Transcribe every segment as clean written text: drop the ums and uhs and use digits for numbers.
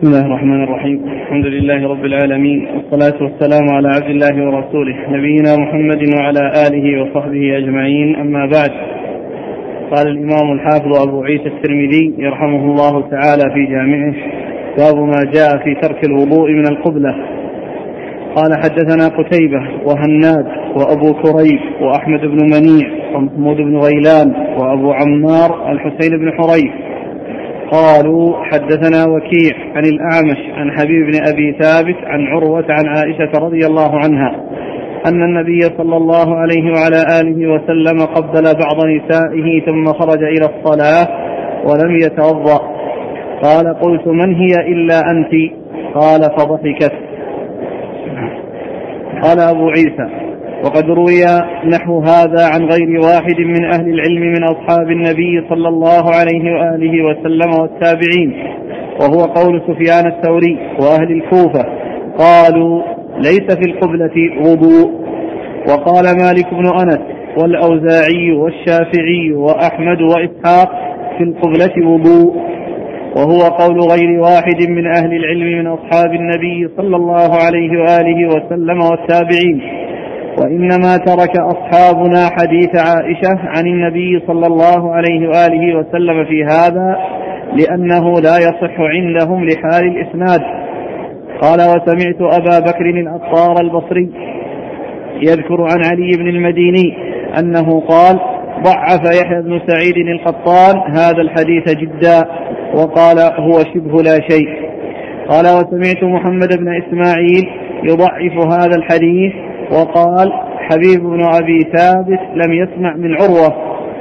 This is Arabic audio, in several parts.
بسم الله الرحمن الرحيم. الحمد لله رب العالمين، والصلاة والسلام على عبد الله ورسوله نبينا محمد وعلى آله وصحبه أجمعين، أما بعد. قال الإمام الحافظ أبو عيسى الترمذي يرحمه الله تعالى في جامعه: باب ما جاء في ترك الوضوء من القبلة. قال: حدثنا قتيبة وهناد وأبو كريب وأحمد بن منيع ومحمود بن غيلان وأبو عمار الحسين بن حريث قالوا: حدثنا وكيع عن الأعمش عن حبيب بن أبي ثابت عن عروة عن عائشة رضي الله عنها أن النبي صلى الله عليه وعلى آله وسلم قبل بعض نسائه ثم خرج إلى الصلاة ولم يتوضأ. قال: قلت: من هي إلا أنت؟ قال: فضحكت. قال أبو عيسى: وقد روي نحو هذا عن غير واحد من أهل العلم من أصحاب النبي صلى الله عليه وآله وسلم والتابعين، وهو قول سفيان الثوري وأهل الكوفة، قالوا: ليس في القبلة وضوء. وقال مالك بن أنس والأوزاعي والشافعي وأحمد وإسحاق: في القبلة وضوء، وهو قول غير واحد من أهل العلم من أصحاب النبي صلى الله عليه وآله وسلم والتابعين. وإنما ترك أصحابنا حديث عائشة عن النبي صلى الله عليه وآله وسلم في هذا لأنه لا يصح عندهم لحال الإسناد. قال: وسمعت أبا بكر العطار البصري يذكر عن علي بن المديني أنه قال: ضعف يحيى بن سعيد القطان هذا الحديث جدا، وقال: هو شبه لا شيء. قال: وسمعت محمد بن إسماعيل يضعف هذا الحديث وقال: حبيب بن أبي ثابت لم يسمع من عروة.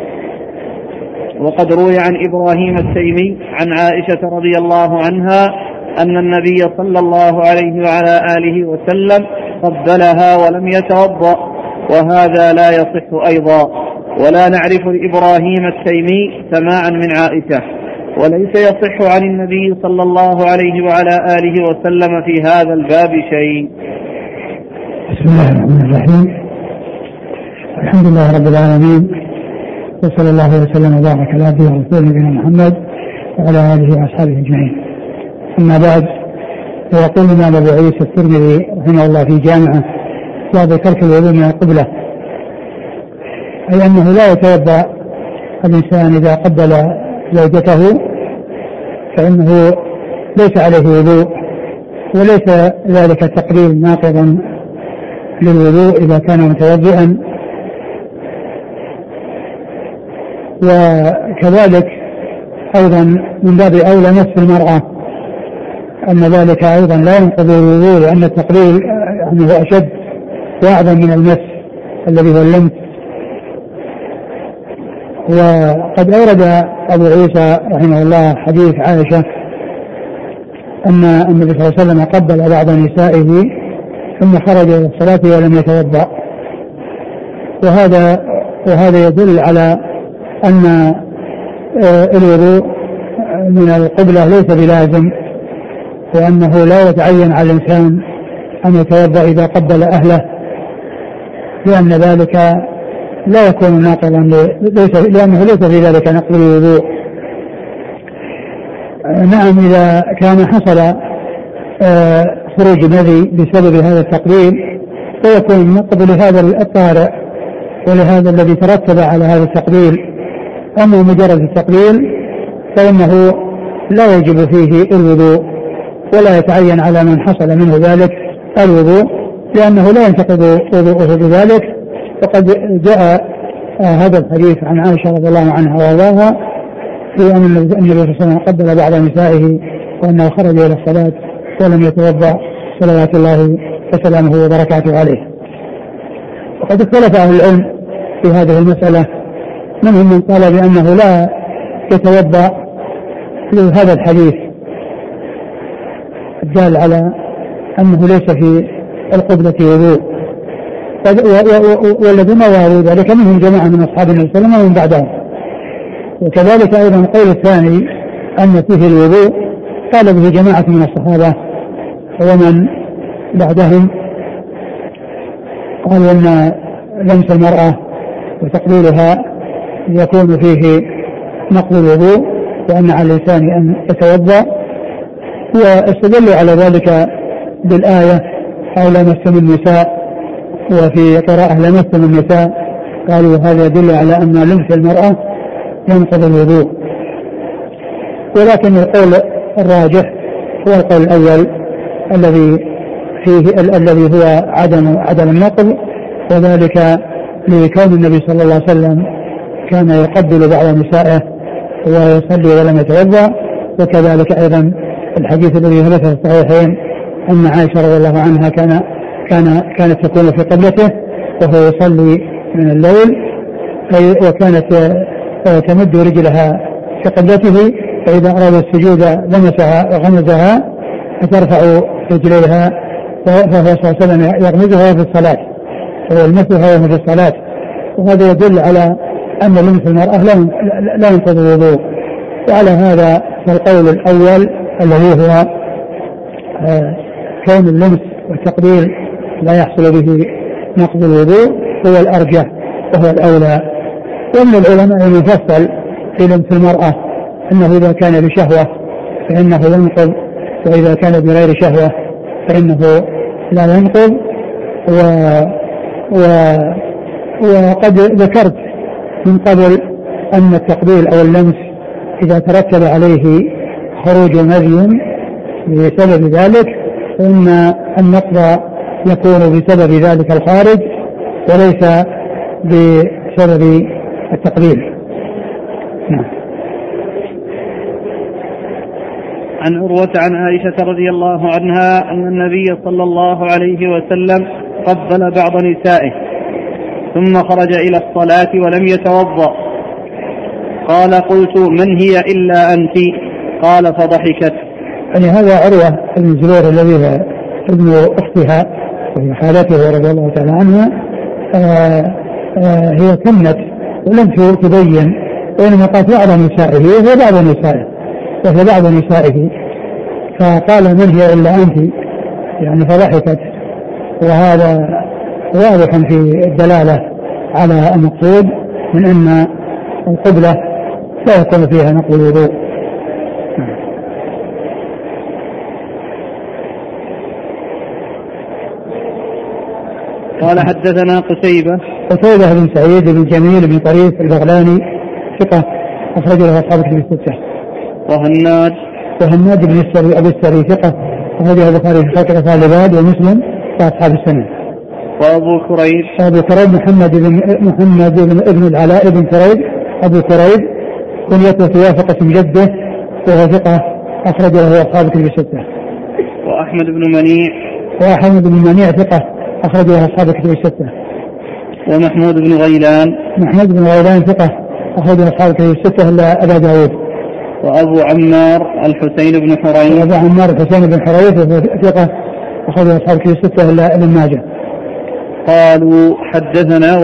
وقد روي عن إبراهيم التيمي عن عائشة رضي الله عنها أن النبي صلى الله عليه وعلى آله وسلم قبلها ولم يتوضأ، وهذا لا يصح أيضا، ولا نعرف لإبراهيم التيمي سماعا من عائشة، وليس يصح عن النبي صلى الله عليه وعلى آله وسلم في هذا الباب شيء. بسم الله الرحمن الرحيم. الحمد لله رب العالمين، وصلى الله وسلم وبارك على عبده ورسوله نبينا محمد وعلى آله وأصحابه أجمعين. أما بعد، فيقول الإمام أبو عيسى الترمذي رحمه الله في جامعه: باب ترك الوضوء من القبلة، أي أنه لا يتوضأ الإنسان إذا قبل زوجته، فإنه ليس عليه وضوء، وليس ذلك التقليل ناقضا للوضوء إذا كان متوضئا. وكذلك أيضا من باب أولى نفس المرأة أن ذلك أيضا لا ينقض الوضوء، لأن التقليل يعني هو أشد وأعظم من المس الذي هو اللمس. وقد أورد أبو عيسى رحمه الله حديث عائشة أن النبي صلى الله عليه وسلم قبل بعض نسائه ثم خرج إلى الصلاة ولم يتوضأ، وهذا يدل على أن الوضوء من القبلة ليس بلازم، وأنه لا يتعين على الإنسان أن يتوضأ إذا قبل أهله، لأن ذلك لا يكون ناقضا، لأنه ليس في ذلك نقض الوضوء. نعم، إذا كان حصل خروج مذي بسبب هذا التقليل فيكون نقض لهذا الطارئ ولهذا الذي ترتب على هذا التقليل. أما مجرد التقليل فإنه لا يجب فيه الوضوء، ولا يتعين على من حصل منه ذلك الوضوء، لأنه لا ينتقض وضوءه بذلك. وقد جاء هذا الحديث عن عائشة رضي الله عنها وارضاها في أن النبي صلى الله عليه وسلم قبل بعض نسائه وأنه خرج إلى الصلاة ولم يتوضأ، صلوات الله وسلامه وبركاته عليه. وقد اختلف أهل العلم في هذه المسألة، منهم من قال بأنه لا يتوضأ لهذا الحديث الدال على أنه ليس في القبلة وضوء، والذين رووا ذلك منهم جماعة من أصحاب النبي صلى الله عليه وسلم ومن بعدهم. وكذلك أيضا القول الثاني أن فيه الوضوء قال به جماعة من الصحابة ومن بعدهم، قالوا أن لمس المرأة وتقبيلها يكون فيه نقض الوضوء، وأن على الإنسان أن يتوضأ واستدلوا على ذلك بالآية أو لمستم النساء، وفي قراءة لمستم النساء قالوا هذا يدل على أن لمس المرأة ينقض الوضوء. ولكن القول الراجح هو القول الأول الذي هو عدم النقض، وذلك لكون النبي صلى الله عليه وسلم كان يقبل بعض نسائه ويصلي ولم يتوضأ. وكذلك أيضا الحديث الذي ثبت في الصحيحين أن عائشة رضي الله عنها كانت تكون في قبلته وهو يصلي من الليل، وكانت تمد رجلها في قبلته، فإذا أراد السجود لمسها وغمزها فترفع رجليها، فهو صلى الله عليه وسلم يغمزها في الصلاة ويلمسها في الصلاة. وهذا يدل على أن لمس المرأة لا ينقض الوضوء. وعلى هذا فالقول الأول الذي هو كون اللمس والتقبيل لا يحصل به نقض الوضوء هو الأرجح وهو الأولى. ومن العلماء المفصل في لمس المرأة أنه إذا كان بشهوة فإنه ينقض، وإذا كان بغير شهوة فإنه لا ينقض. وقد ذكرت من قبل أن التقبيل أو اللمس إذا ترتب عليه خروج مذي بسبب ذلك فإن النقض يكون بسبب ذلك الخارج وليس بسبب التقبيل. نعم. عن عروة عن عائشة رضي الله عنها أن النبي صلى الله عليه وسلم قبل بعض نسائه ثم خرج إلى الصلاة ولم يتوضأ. قال قلت من هي إلا أنت؟ قال فضحكت. يعني هذا عروة بن الزبير الذي ابن أختها وهي خالته رضي الله تعالى عنها، هي كنت ولم تبين، وإنما قالت بعض نسائه وهي بعض نسائه فقال من هي إلا أنت يعني فضحكت. وهذا واضح في الدلالة على المقصود من أن القبلة لا يكون فيها نقض الوضوء. قال حدثنا قتيبة بن سعيد بن جميل بن طريف البغلاني ثقة أخرج له أصحاب الكتب الستة. وهناد بن السري أبو السري ثقة أخرجه البخاري في خلق الأفعال العباد ومسلم وأصحاب السنة. وأبو كريب محمد بن العلاء بن كريب أبو كريب كنيته توافق اسم جده وهو ثقة أخرج له أصحاب الكتب الستة. وأحمد بن منيع ثقة أخرج له أصحاب الكتب الستة. ومحمود بن غيلان ثقة أخرج له أصحاب الكتب الستة إلا أبا داود. وأبو عمار الحسين بن حريث ثقة أخرج له أصحاب الكتب الستة إلا ابن ماجه. قالوا حدثنا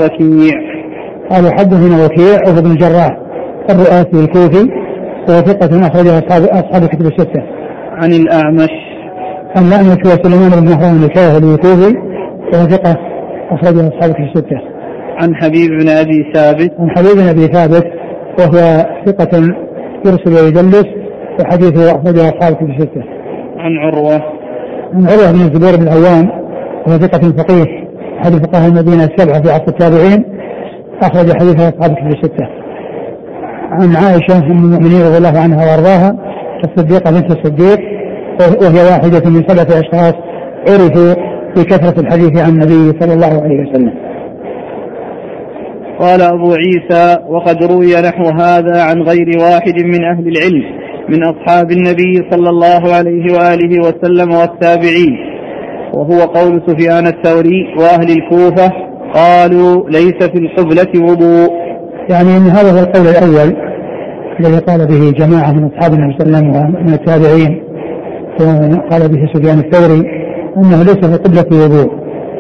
وكيع وهو ابن الجراح الرؤاسي الكوفي وهو ثقة أخرجه أصحاب الكتب الستة. عن الأعمش هو سليمان بن مهران الكاهلي الكوفي وهو ثقة أخرجه أصحاب الكتب الستة. عن حبيب بن أبي ثابت وهو ثقة يرسل ويدلس وحديثه أخرجه أصحاب الكتب الستة. عن عروة بن الزبير بن العوام وهو ثقة فقيه أحد فقهاء المدينة السبعة في عصر التابعين أخرج حديثها أصحاب الكتب الستة. عن عائشة أم المؤمنين رضي الله عنها وأرضاها الصديقة بنت الصديق وهي واحدة من 7 أشخاص عرفوا بكثرة الحديث عن النبي صلى الله عليه وسلم. قال أبو عيسى وقد روي نحو هذا عن غير واحد من أهل العلم من أصحاب النبي صلى الله عليه وآله وسلم والتابعين، وهو قول سفيان الثوري وأهل الكوفة قالوا ليس في القبلة وضوء. يعني أن هذا هو القول الأول الذي قال به جماعة من أصحاب النبي صلى الله عليه وسلم ومن التابعين، وقال به سفيان الثوري أنه ليس في القبلة وضوء،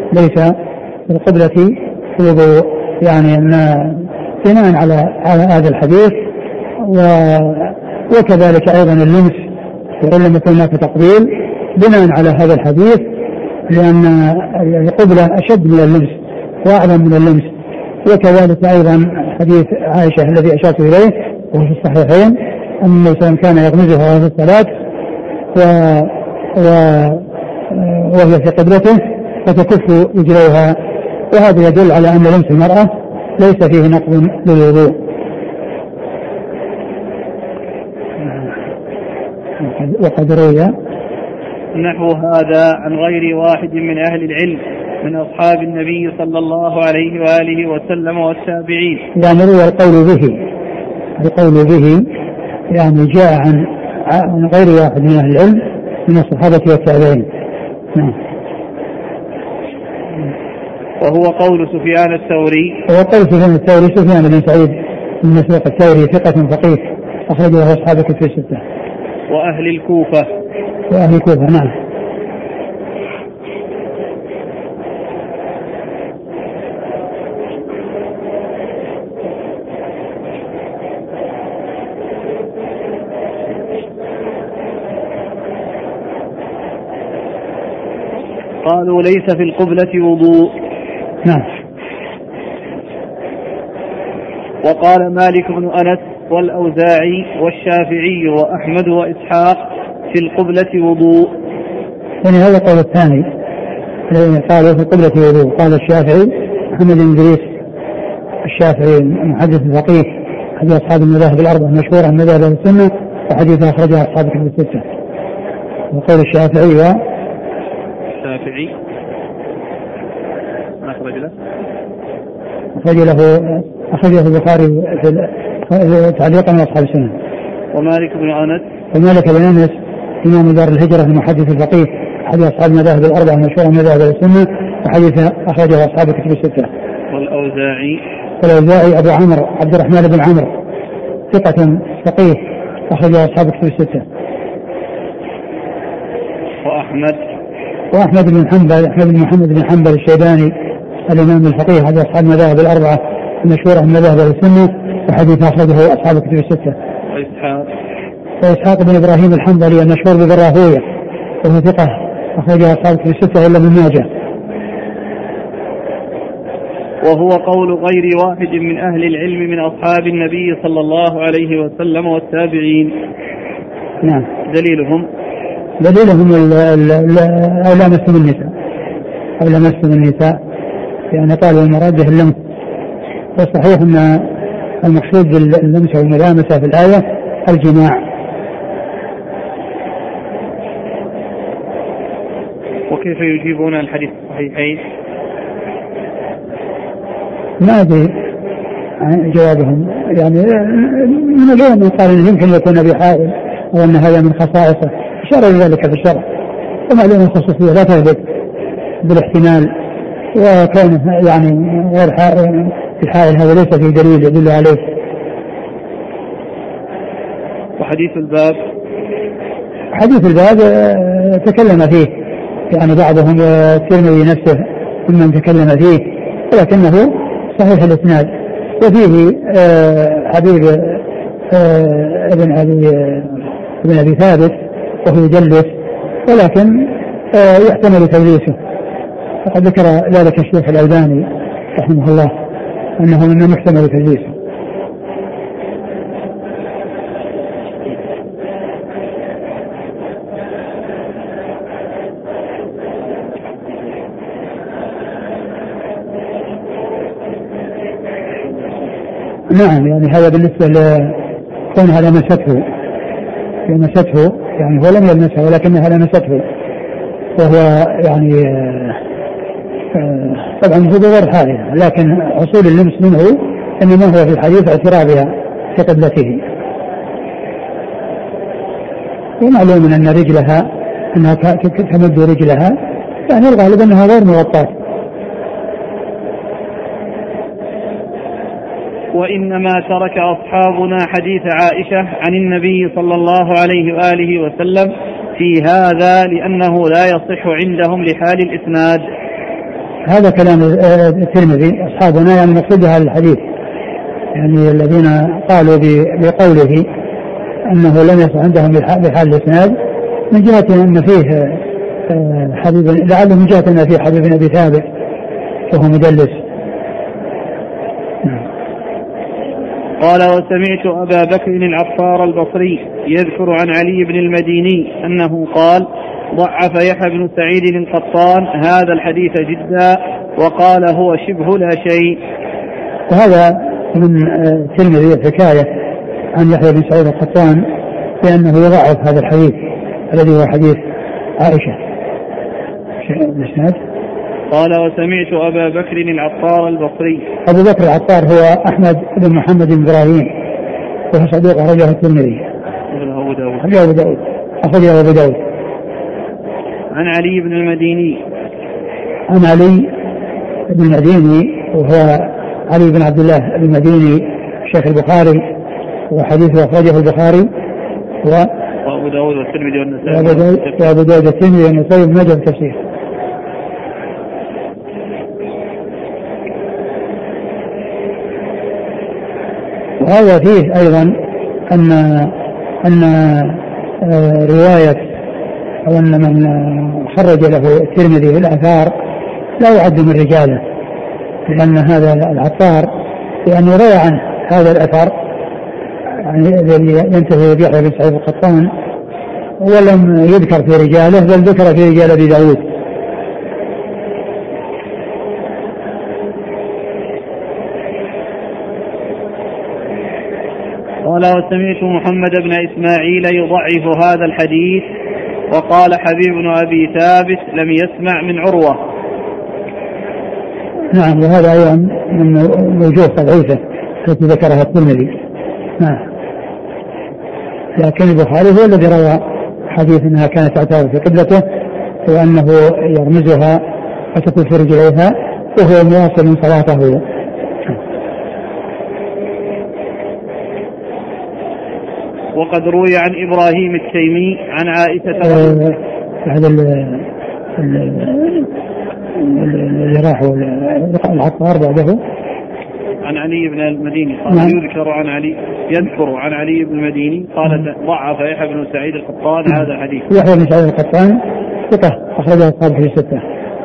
يعني أن بناء على هذا الحديث. وكذلك أيضا اللمس وإن لم يكن هناك تقبيل بناء على هذا الحديث، لأن القبلة أشد من اللمس وأعظم من اللمس. وكذلك أيضا حديث عائشة الذي أشرت إليه وهو في الصحيحين أن النبي كان يغمزها في الصلاة وهي في قبلته فتكف رجليها، وهذا يدل على أن لمس المرأة ليس فيه نقض للوضوء. وقد روي نحو هذا عن غير واحد من أهل العلم من أصحاب النبي صلى الله عليه وآله وسلم والتابعين. يعني روي القول به يعني جاء عن غير واحد من أهل العلم من الصحابة والتابعين. وهو قول سفيان الثوري. سفيان بن سعيد بن مسروق الثوري ثقة فقيه أخرجه أصحاب الكتب الستة. وأهل الكوفة. نعم. قالوا ليس في القبلة وضوء. نعم. وقال مالك بن أنس والأوزاعي والشافعي وأحمد وإسحاق في القبلة وضوء. يعني هذا القول الثاني قال في القبلة وضوء. قال الشافعي محمد بن إدريس الشافعي محدث الفقيه أحد أصحاب المذاهب الأربعة مشهور عن مذاهب السنة وحديث أخرجه أصحاب الكتب الستة. وقول الشافعي أخرجه البخاري تعليقا على أصحاب السنة. ومالك بن أنس إمام دار الهجرة المحدث الفقيه أحد أصحاب المذاهب الأربعة المشهورة من مذاهب السنة وحديث أخرجه أصحاب الكتب الستة. والأوزاعي أبو عمرو عبد الرحمن بن عمرو ثقة فقيه أخرجه أصحاب الكتب الستة. وأحمد بن محمد بن حنبل الشيباني الإمام الفقيه أحد أصحاب المذاهب الأربعة المشهورة من مذاهب السنة وحديث أخرجه أصحاب الكتب الستة. وإسحاق بن إبراهيم الحنظلي المشهور بالراهوية وهو ثقة أخرجه أصحاب الكتب الستة إلا ابن ماجه. وهو قول غير واحد من أهل العلم من أصحاب النبي صلى الله عليه وسلم والتابعين. نعم. دليلهم أو لمستم النساء يعني قالوا المراد به اللمس. والصحيح أن المقصود باللمس والملامسة في الآية الجماع. وكيف يجيبون الحديث الصحيحين؟ ما أدري جوابهم يعني من اليوم من قال يمكن يكون بحائل أو أن هذا من خصائصه إشارة لذلك في الشرع ومعلومة خصوصية لا تثبت بالاحتمال وكان يعني غير الحائل هذا ليس فيه دليل يدل عليه. وحديث الباب تكلم فيه يعني بعضهم الترمذي نفسه ممن تكلم فيه ولكنه صحيح الاسناد وفيه حبيب ابن أبي ثابت وهو يدلس ولكن يحتمل تدليسه. فقد ذكر ذلك الشيخ الألباني رحمه الله أنه من محتمل تدليسه. نعم يعني هذا بالنسبة لكونها لمسته يعني هو لم يلمسها ولكنها لمسته وهو يعني طبعا هو بغير حالها لكن حصول اللمس منه إنما هو في الحديث اعترابها في قبلته. ومعلوم أن رجلها أنها تمد رجلها يعني الغالب أنها غير مغطاة. وإنما ترك أصحابنا حديث عائشة عن النبي صلى الله عليه وآله وسلم في هذا لأنه لا يصح عندهم لحال الإسناد. هذا كلام الترمذي أصحابنا يعني مقصود هذا الحديث يعني الذين قالوا بقوله أنه لم يصح عندهم بحال الإسناد من جهة أن فيه حبيب لعله من جهة أن فيه حبيب بن أبي ثابت وهو مدلس. قال وسمعت أبا بكر العطار البصري يذكر عن علي بن المديني أنه قال ضعف يحيى بن سعيد القطان هذا الحديث جدا وقال هو شبه لا شيء. وهذا من الترمذي الحكاية عن يحيى بن سعيد القطان بأنه يضعف هذا الحديث الذي هو حديث عائشة. قال وسمعت أبا بكر العطار البصري. أبو بكر العطار هو أحمد بن محمد بن إبراهيم وهو صديق أخرجه الترمذي أخرجه أبو داود. عن علي بن المديني. عن علي بن المديني وهو علي بن عبد الله المديني شيخ البخاري وحديثه أخرجه البخاري وأبو داود والترمذي والنسائي وأبو داود والترمذي والنسائي وابن ماجه التفسير. وهذا فيه أيضا أن رواية أو أن من خرج له الترمذي في الآثار لا يعد من رجاله، لأن هذا العطار لأنه روى عنه هذا الأثر يعني الذي ينتهي بيحيى بن سعيد القطان ولم يذكر في رجاله بل ذكر في رجال أبي داود. قال وسمعت محمد بن إسماعيل يضعف هذا الحديث وقال حبيب بن أبي ثابت لم يسمع من عروة. نعم وهذا أيضا من وجوه تضعيفه التي ذكرها الترمذي. نعم لكن البخاري هو الذي روى حديث أنها كانت تعتبر في قبلته وأنه يرمزها وتكون في رجليها وهو مواصل صلاته. وقد روي عن إبراهيم التيمي عن عائشة هذا اللي راحوا العطار بعده عن علي بن المديني قال يذكر عن علي بن المديني قال ضعف يحيى بن سعيد القطان هذا الحديث. يحيى بن سعيد القطان ثقة أخرجه أصحابه في الستة.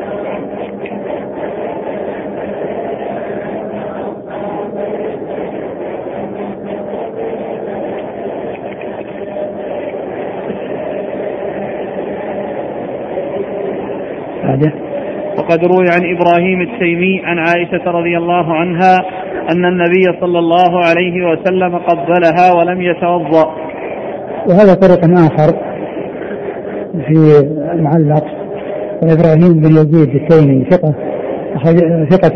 وقد روي عن إبراهيم التيمي عن عائشة رضي الله عنها أن النبي صلى الله عليه وسلم قبلها ولم يتوضأ. وهذا طريق آخر في معلق. إبراهيم بن يزيد التيمي ثقة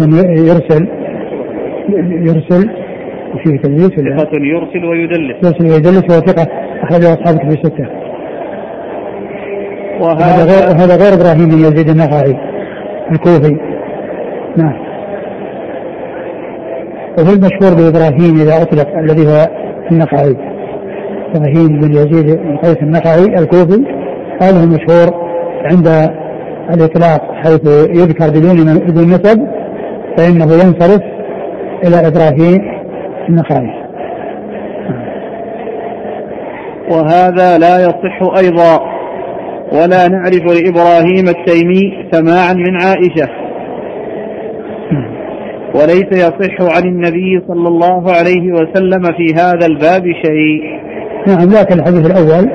يرسل وفيه تدليس ثقة يرسل ويدلس وثقة أخرجه أصحابه في الستة. وهذا غير إبراهيم بن يزيد النخعي الكوفي. نعم وهو المشهور بإبراهيم إذا أطلق الذي هو النخعي إبراهيم بن يزيد القيس النخعي الكوفي هذا هو المشهور عند الإطلاق حيث يذكر بدون نسب فإنه ينصرف إلى إبراهيم النخعي. وهذا لا يصح أيضا ولا نعرف لإبراهيم التيمي سماعا من عائشة وليس يصح عن النبي صلى الله عليه وسلم في هذا الباب شيء. نعم لكن الحديث الأول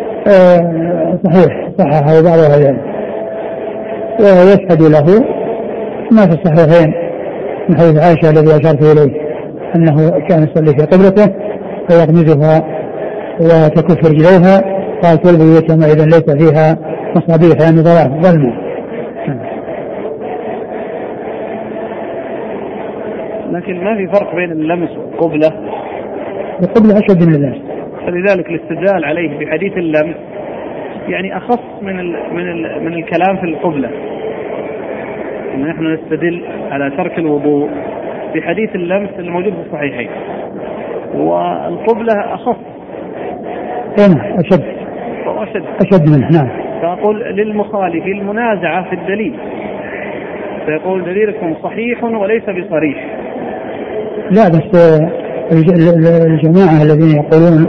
صححه بعض أهل العلم ويشهد له ما في الصحيحين من حديث عائشة الذي أشرت إليه أنه كان يصلي في قبلته فيغمزها وتكف رجليها قالت والبيوت يومئذ ليس فيها مصابيح يعني ظلمة. لكن ما في فرق بين اللمس والقبلة. القبلة أشد من اللمس فلذلك الاستدلال عليه بحديث اللمس يعني أخص من الكلام في القبلة. نحن نستدل على ترك الوضوء بحديث اللمس الموجود في الصحيحين والقبلة أخص أشد منه. نعم فأقول للمخالف المنازعة في الدليل فيقول دليلكم صحيح وليس بصريح. لا بس الجماعة الذين يقولون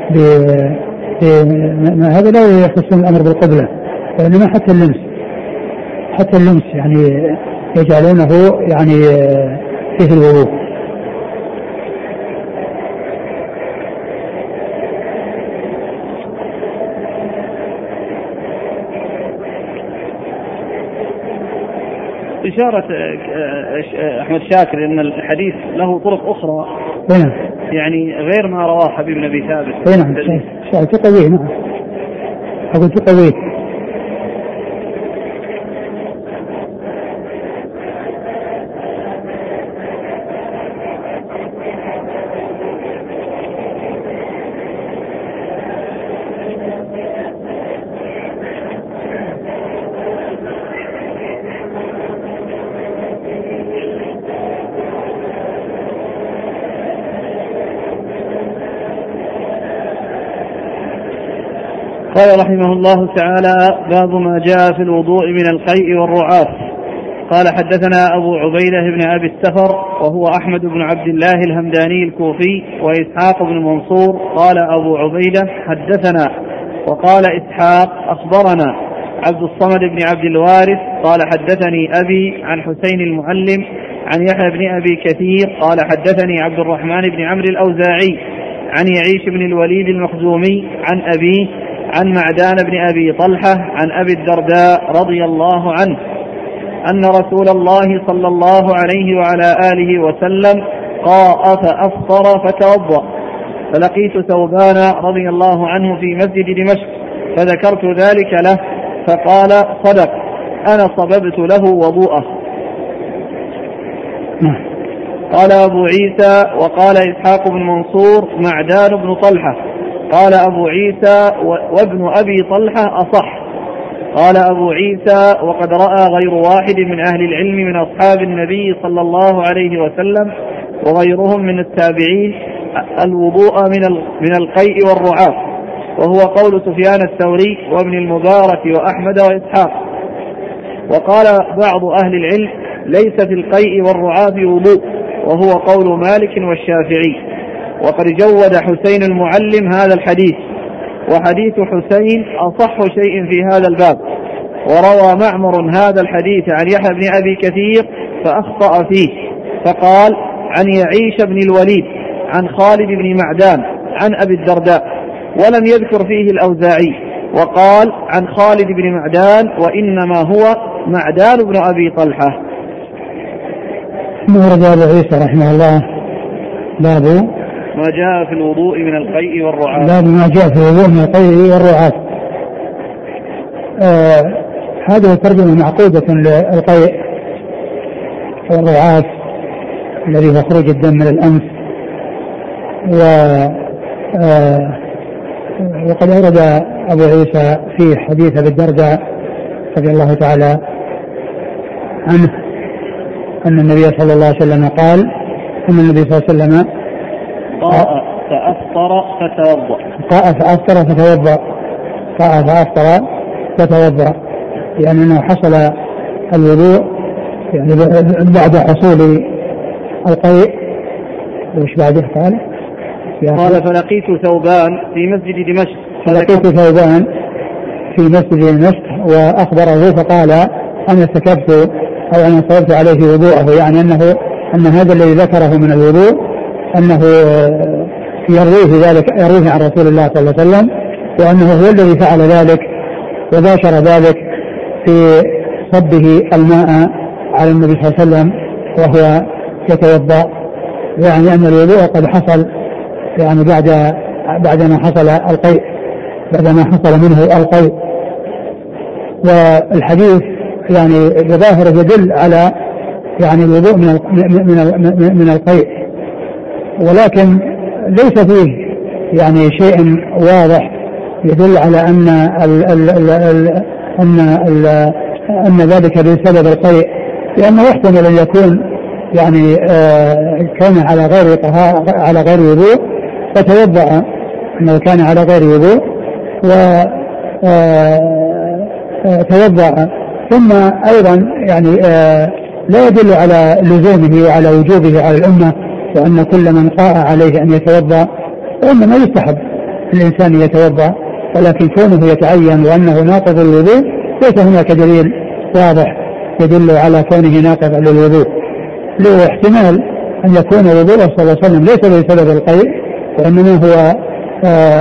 هذا لا يخصون الأمر بالقبلة وإنما حتى اللمس يعني يجعلونه يعني فيه الوضوء إشارة أحمد شاكر أن الحديث له طرق أخرى يعني غير ما رواه حبيب بن أبي ثابت. نعم تقويه. نعم أقول تقويه. قال رحمه الله تعالى: باب ما جاء في الوضوء من القيء والرعاف. قال: حدثنا أبو عبيدة بن أبي السفر وهو أحمد بن عبد الله الهمداني الكوفي، وإسحاق بن منصور. قال أبو عبيدة: حدثنا. وقال إسحاق: أخبرنا عبد الصمد بن عبد الوارث قال: حدثني أبي عن حسين المعلم عن يحيى بن أبي كثير قال: حدثني عبد الرحمن بن عمرو الأوزاعي عن يعيش بن الوليد المخزومي عن أبيه عن معدان بن أبي طلحة عن أبي الدرداء رضي الله عنه أن رسول الله صلى الله عليه وعلى آله وسلم قاء فأفطر فتوضأ، فلقيت ثوبان رضي الله عنه في مسجد دمشق فذكرت ذلك له فقال: صدق، أنا صببت له وضوءه. قال أبو عيسى: وقال إسحاق بن منصور معدان بن طلحة. قال أبو عيسى: وابن أبي طلحة أصح. قال أبو عيسى: وقد رأى غير واحد من أهل العلم من أصحاب النبي صلى الله عليه وسلم وغيرهم من التابعين الوضوء من القيء والرعاف، وهو قول سفيان الثوري وابن المبارك وأحمد وإسحاق. وقال بعض أهل العلم: ليس في القيء والرعاف وضوء، وهو قول مالك والشافعي. وقد جود حسين المعلم هذا الحديث، وحديث حسين أصح شيء في هذا الباب. وروى معمر هذا الحديث عن يحيى بن أبي كثير فأخطأ فيه، فقال: عن يعيش بن الوليد عن خالد بن معدان عن أبي الدرداء، ولم يذكر فيه الأوزاعي، وقال عن خالد بن معدان وإنما هو معدان بن أبي طلحة. ورد أبو عيسى رحمه الله باب ما جاء في الوضوء من القيء والرعاف. باب ما جاء في الوضوء من القيء والرعاف. هذه ترجمة معقودة للقيء والرعاف الذي هو خروج الدم من الأنف. وقد أورد أبو عيسى في حديث أبي الدرداء رضي الله تعالى عنه أن النبي صلى الله عليه وسلم قال: أن النبي صلى الله عليه وسلم قاء فأفطر فتوضأ. قاء فأفطر فتوضأ. قاء فأفطر فتوضأ، يعني أنه حصل الوضوء يعني بعد حصول القيء. وش بعده قال؟ فلقيت ثوبان في مسجد دمشق. فلقيت ثوبان في مسجد دمشق وأخبره فقال: أنا سكبت أو أنا صببت عليه وضوءه، يعني أن هذا الذي ذكره من الوضوء أنه يرويه عن رسول الله صلى الله عليه وسلم، وأنه هو الذي فعل ذلك وباشر ذلك في صبه الماء على النبي صلى الله عليه وسلم وهو يتوضأ، يعني أن الوضوء قد حصل يعني بعدما حصل القيء، بعدما حصل منه القيء. والحديث يعني بظاهر يدل على يعني الوضوء من القيء، ولكن ليس فيه يعني شيء واضح يدل على أن ذلك بسبب القيء، لأنه يحتمل أن يكون يعني كان على غير وضوء فتوضأ، أنه كان على غير وضوء وتوضأ، ثم أيضا يعني لا يدل على لزومه وعلى وجوبه على الأمة، وأن كل من قاء عليه أن يتوضأ، وإنما يستحب الإنسان يتوضأ، ولكن كونه يتعين وأنه ناقض الوضوء ليس هناك دليل واضح يدل على كونه ناقض للوضوء، له احتمال أن يكون وضوءه صلى الله عليه وسلم ليس بسبب القيء، وإنما هو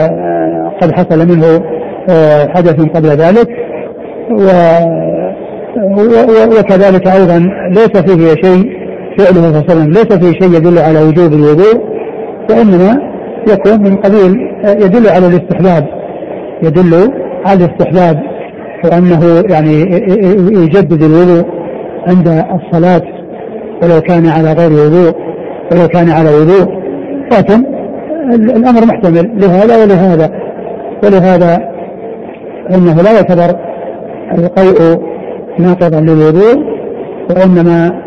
قد حصل منه حدث قبل ذلك، وكذلك أيضا ليس فيه شيء فعله صلى الله عليه وسلم ليس فيه شيء يدل على وجوب الوضوء، وإنما يكون من قبيل يدل على الاستحباب، يدل على الاستحباب، وأنه يعني يجدد الوضوء عند الصلاة ولو كان على غير وضوء ولو كان على وضوء، لكن الأمر محتمل لهذا ولهذا أنه لا يعتبر القيء ناقضا للوضوء، وإنما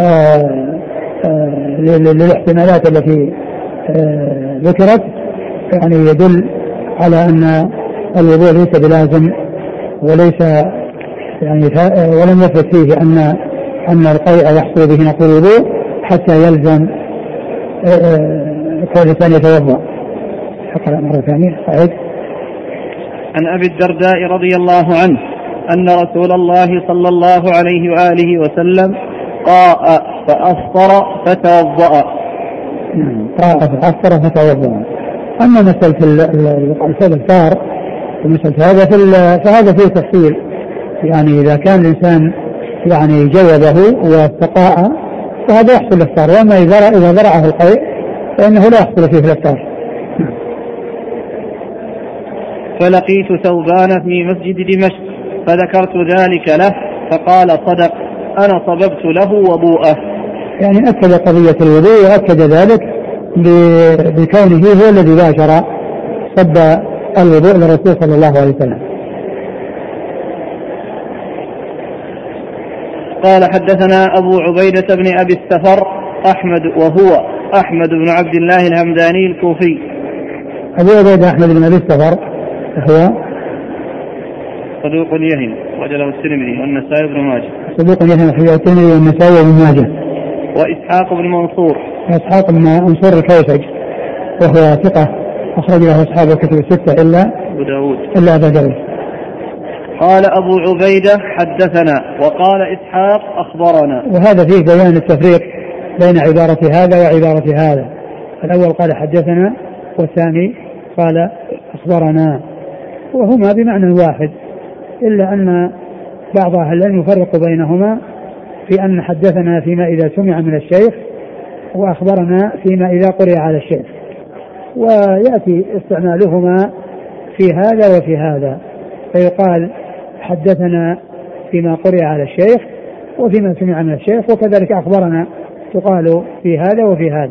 للاحتمالات التي ذكرت يعني يدل على أن الوضوء ليس بلازم وليس يعني ولم يثبت فيه أن القيء يحصل به نقض الوضوء حتى يلزم كل إنسان يتوضأ. أقرأ مرة ثانية. عن أبي الدرداء رضي الله عنه أن رسول الله صلى الله عليه وآله وسلم قاء فأفطر فتوضأ. قاء فأفطر فتوضأ. أما مسألة الإفطار ومسألة هذا فهذا فيه تفصيل، يعني إذا كان الإنسان يعني جوبه واستقاء فهذا يحصل الإفطار، وأما إذا ذرعه القيء فإنه لا يحصل فيه الإفطار. فلقيت ثوبان في مسجد دمشق فذكرت ذلك له فقال صدق أنا صببت له وضوءه. يعني أكد قضية الوضوء وأكد ذلك بكونه هو الذي باشر صب الوضوء للرسول صلى الله عليه وسلم. قال حدثنا أبو عبيدة بن أبي السفر أحمد وهو أحمد بن عبد الله الهمداني الكوفي. أبو عبيدة أحمد بن أبي السفر هو صدوق يهم وجله الترمذي والنسائي بن ماجه. صدوق يهم وجله الترمذي والنسائي بن ماجه. وإسحاق بن منصور. إسحاق بن منصور الكوسج وهو ثقة أخرج له أصحاب الكتب الستة إلا أبو داود. قال أبو عبيدة حدثنا وقال إسحاق أخبرنا. وهذا فيه بيان التفريق بين عبارة هذا وعبارة هذا. الأول قال حدثنا والثاني قال أخبرنا، وهما بمعنى واحد، إلا أن بعض أهل العلم يفرق بينهما في أن حدثنا فيما إذا سمع من الشيخ وأخبرنا فيما إذا قرئ على الشيخ، ويأتي استعمالهما في هذا وفي هذا، فيقال حدثنا فيما قرئ على الشيخ وفيما سمع من الشيخ، وكذلك أخبرنا تقال في هذا وفي هذا.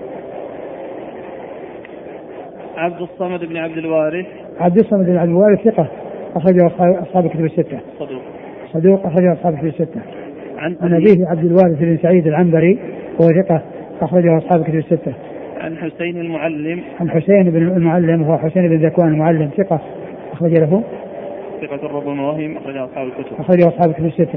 عبد الصمد بن عبد الوارث. عبد الصمد بن عبد الوارث ثقة أخرجه أصحاب الكتب الستة. صدوق أخرجه أصحاب الكتب الستة. عن أبيه عبد الوارث بن سعيد العنبري وهو ثقة أخرجه أصحاب الكتب الستة. عن حسين المعلم. عن حسين بن المعلم وهو حسين بن ذكوان المعلم ثقة أخرج له ثقة ربما وهم أخرجه أصحاب الكتب. أخرجه أصحاب الكتب الستة.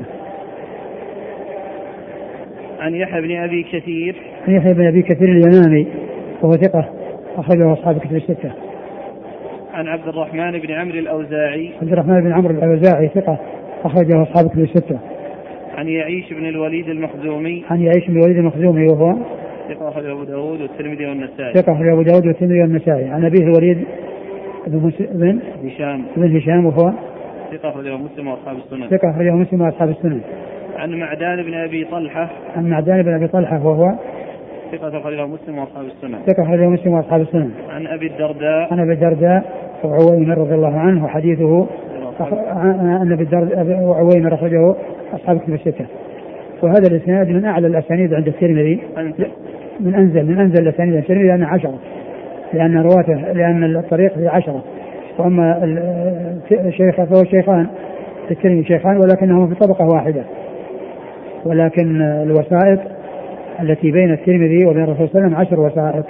عن يحيى بن أبي كثير. عن يحيى بن أبي كثير اليمامي وهو ثقة أخرجه أصحاب الكتب الستة. عن عبد الرحمن بن عمرو الأوزاعي. عبد الرحمن بن عمرو الأوزاعي ثقة أخرجه أصحاب الكتب الستة. عن يعيش بن الوليد المخزومي. عن يعيش بن الوليد المخزومي وهو ثقة أخرجه أبو داود والترمذي والنسائي. ثقة أخرجه أبو داود والترمذي والنسائي. عن أبيه الوليد بن هشام وهو ثقة أخرجه مسلم وأصحاب السنن. ثقة أخرجه مسلم وأصحاب السنن. عن معدان بن أبي طلحة. عن معدان بن أبي طلحة وهو ثقة أخرجه مسلم وأصحاب السنن. ثقة أخرجه مسلم وأصحاب السنن. عن أبي الدرداء. عن أبي الدرداء وعويمر رضي الله عنه وحديثه عن أبي الدرداء وعويمر أخرجه أصحاب الكتب الستة. وهذا الإسناد من أعلى الأسانيد عند الترمذي، من أنزل الأسانيد عند الترمذي لأنه 10، لأن رواته لأن الطريق فيه 10، وأما الشيخ فهو شيخان في الترمذي شيخان ولكنهم في طبقة واحدة، ولكن الوسائط التي بين الترمذي وبين الرسول صلى الله عليه وسلم 10 وسائط،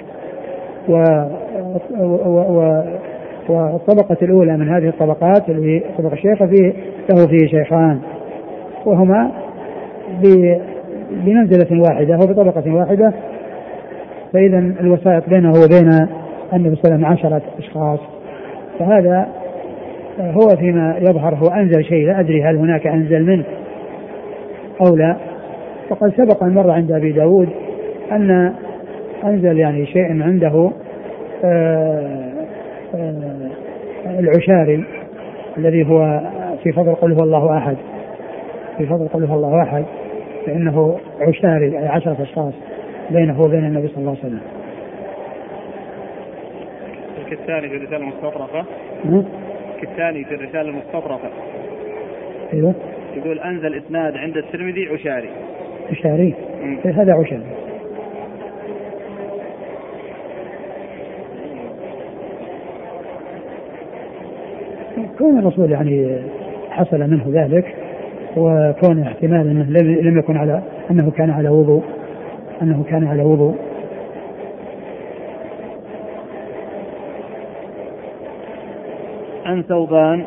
والطبقة الأولى من هذه الطبقات اللي طبق الشيخ له فيه شيخان وهما بمنزلة واحدة هو بطبقة واحدة، فإذا الوسائط بينه وبين النبي صلى الله عليه وسلم 10 أشخاص. فهذا هو فيما يظهر هو أنزل شيء، لا أدري هل هناك أنزل منه أو لا. وقد سبق المرة عند أبي داود أن أنزل يعني شيء عنده العشاري الذي هو في فضل قل هو الله أحد، في فضل قل هو الله أحد فإنه عشاري أي 10 أشخاص بينه وبين النبي صلى الله عليه وسلم. الثاني في الرسالة المستطرفة الثاني في الرسالة المستطرفة أيوة يقول أنزل إسناد عند الترمذي عشاري هذا عشاري. كون الرسول يعني حصل منه ذلك وكون احتمال أنه لم يكن على أنه كان على وضوء عن ثوبان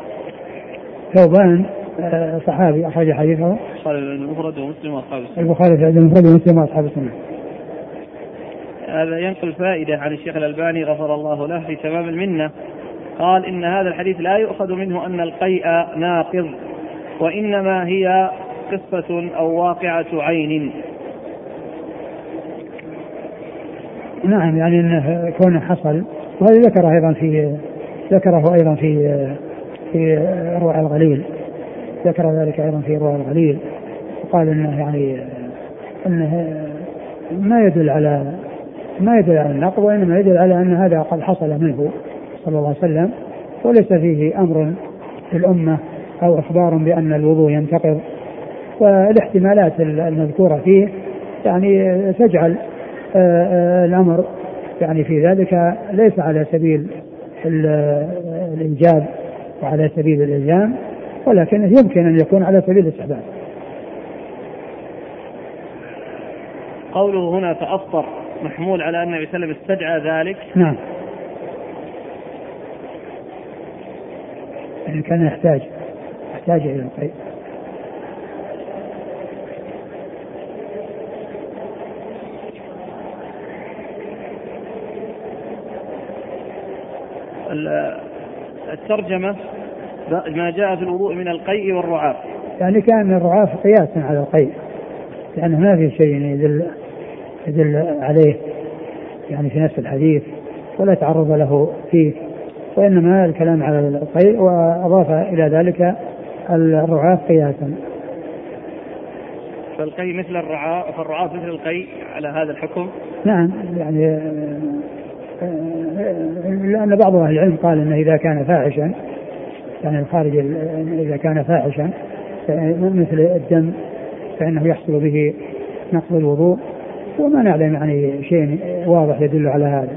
صحابي أخرج حديثه المفرد ومسلم وأصحاب السنة. البخاري في المفرد ومسلم وأصحاب السنة. هذا ينقل فائدة عن الشيخ الألباني غفر الله له في تمام المنة، قال إن هذا الحديث لا يؤخذ منه أن القيء ناقض، وإنما هي قصة أو واقعة عين. نعم يعني أنه كونه حصل، وهذا ذكره أيضا في روع الغليل، ذكر ذلك أيضا في روع الغليل، وقال إنه يعني أنه ما يدل على النقض، وإنما يدل على أن هذا قد حصل منه صلى الله عليه وسلم، وليس فيه أمر للأمة أو إخبار بأن الوضوء ينتقض. والاحتمالات المذكورة فيه يعني تجعل الأمر يعني في ذلك ليس على سبيل الإيجاب وعلى سبيل الإلزام، ولكن يمكن أن يكون على سبيل الاستحباب. قوله هنا تأثر محمول على أن النبي صلى الله عليه وسلم استدعى ذلك. نعم، يعني كان يحتاج إلى القيء. الترجمة ما جاء في الوضوء من القيء والرعاف، يعني كان الرعاف قياسا على القيء، لأنه ما في شيء يدل عليه يعني في نفس الحديث ولا تعرض له فيه، وإنما الكلام على القيء، وأضاف إلى ذلك الرعاف قياسا. فالقيء مثل الرعاف، فالرعاف مثل القيء على هذا الحكم. نعم، يعني لأن بعض أهل العلم قال أنه إذا كان فاحشا، يعني الخارج إذا كان فاحشا مثل الدم فإنه يحصل به نقض الوضوء، وما نعلم يعني شيء واضح يدل على هذا.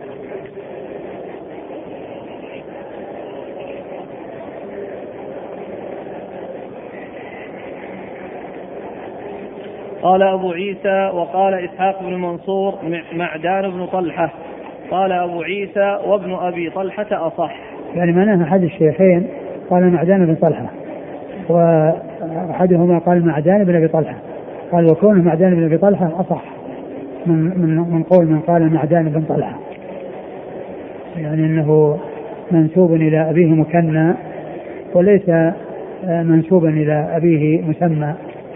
قال أبو عيسى وقال إسحاق بن منصور معدان بن طلحة. قال أبو عيسى وابن أبي طلحة أصح، يعني معناها أحد الشيخين قال معدان بن طلحة، وأحدهما قال معدان بن أبي طلحة، قال وكونه معدان بن أبي طلحة أصح من قول من قال معدان بن طلحة، يعني أنه منسوب إلى أبيه مكنى وليس منسوبا إلى أبيه مسمى.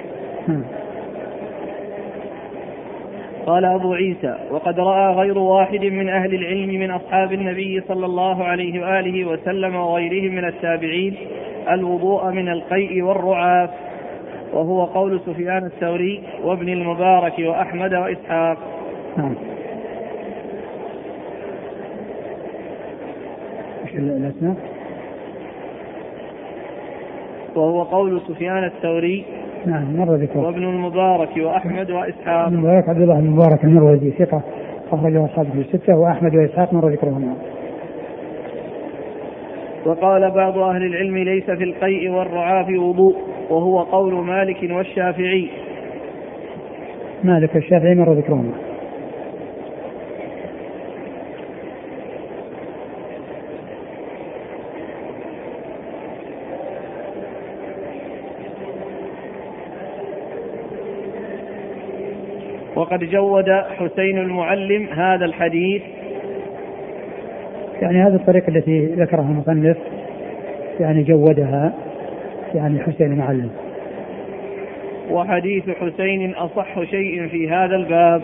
قال أبو عيسى وقد رأى غير واحد من أهل العلم من أصحاب النبي صلى الله عليه وآله وسلم وغيرهم من التابعين الوضوء من القيء والرعاف، وهو قول سفيان الثوري وابن المبارك وأحمد وإسحاق. وهو قول سفيان الثوري وابن المبارك وأحمد وإسحاق. ابن المبارك عبد الله بن المبارك المروزي ثقة أخرجه أصحابه الستة، وأحمد وإسحاق مر ذكرهما. وقال بعض أهل العلم ليس في القيء والرعاف وضوء، وهو قول مالك والشافعي. مالك والشافعي مر ذكرهما. وقد جود حسين المعلم هذا الحديث، يعني هذه الطريقة التي ذكرها المصنف يعني جودها يعني حسين المعلم. وحديث حسين أصح شيء في هذا الباب.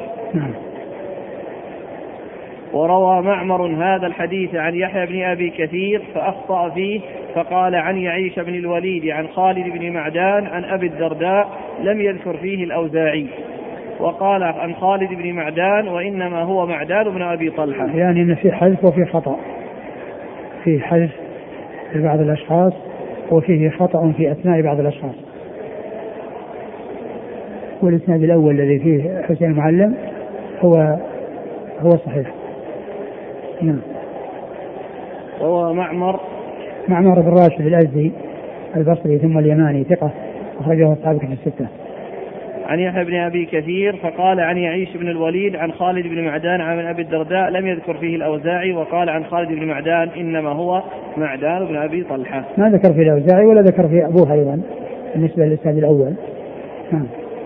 نعم. وروى معمر هذا الحديث عن يحيى بن أبي كثير فأخطأ فيه فقال عن يعيش بن الوليد عن خالد بن معدان عن أبي الدرداء لم يذكر فيه الأوزاعي. وقال عن خالد بن معدان وإنما هو معدان بن أبي طلحة. يعني أن في حذف وفي خطأ، في حذف في بعض الأشخاص وفيه خطأ في أثناء بعض الأشخاص. والإسناد الأول الذي فيه حسين المعلم هو صحيح. نعم. وهو معمر بن راشد الأزدي البصري ثم اليماني ثقة أخرجه أصحاب الكتب الستة. عن يحيى بن أبي كثير فقال عن يعيش بن الوليد عن خالد بن معدان عن أبي الدرداء لم يذكر فيه الأوزاعي. وقال عن خالد بن معدان إنما هو معدان بن أبي طلحة. ما ذكر فيه الأوزاعي ولا ذكر فيه أبوه أيضا بالنسبة للإسناد الأول. نعم.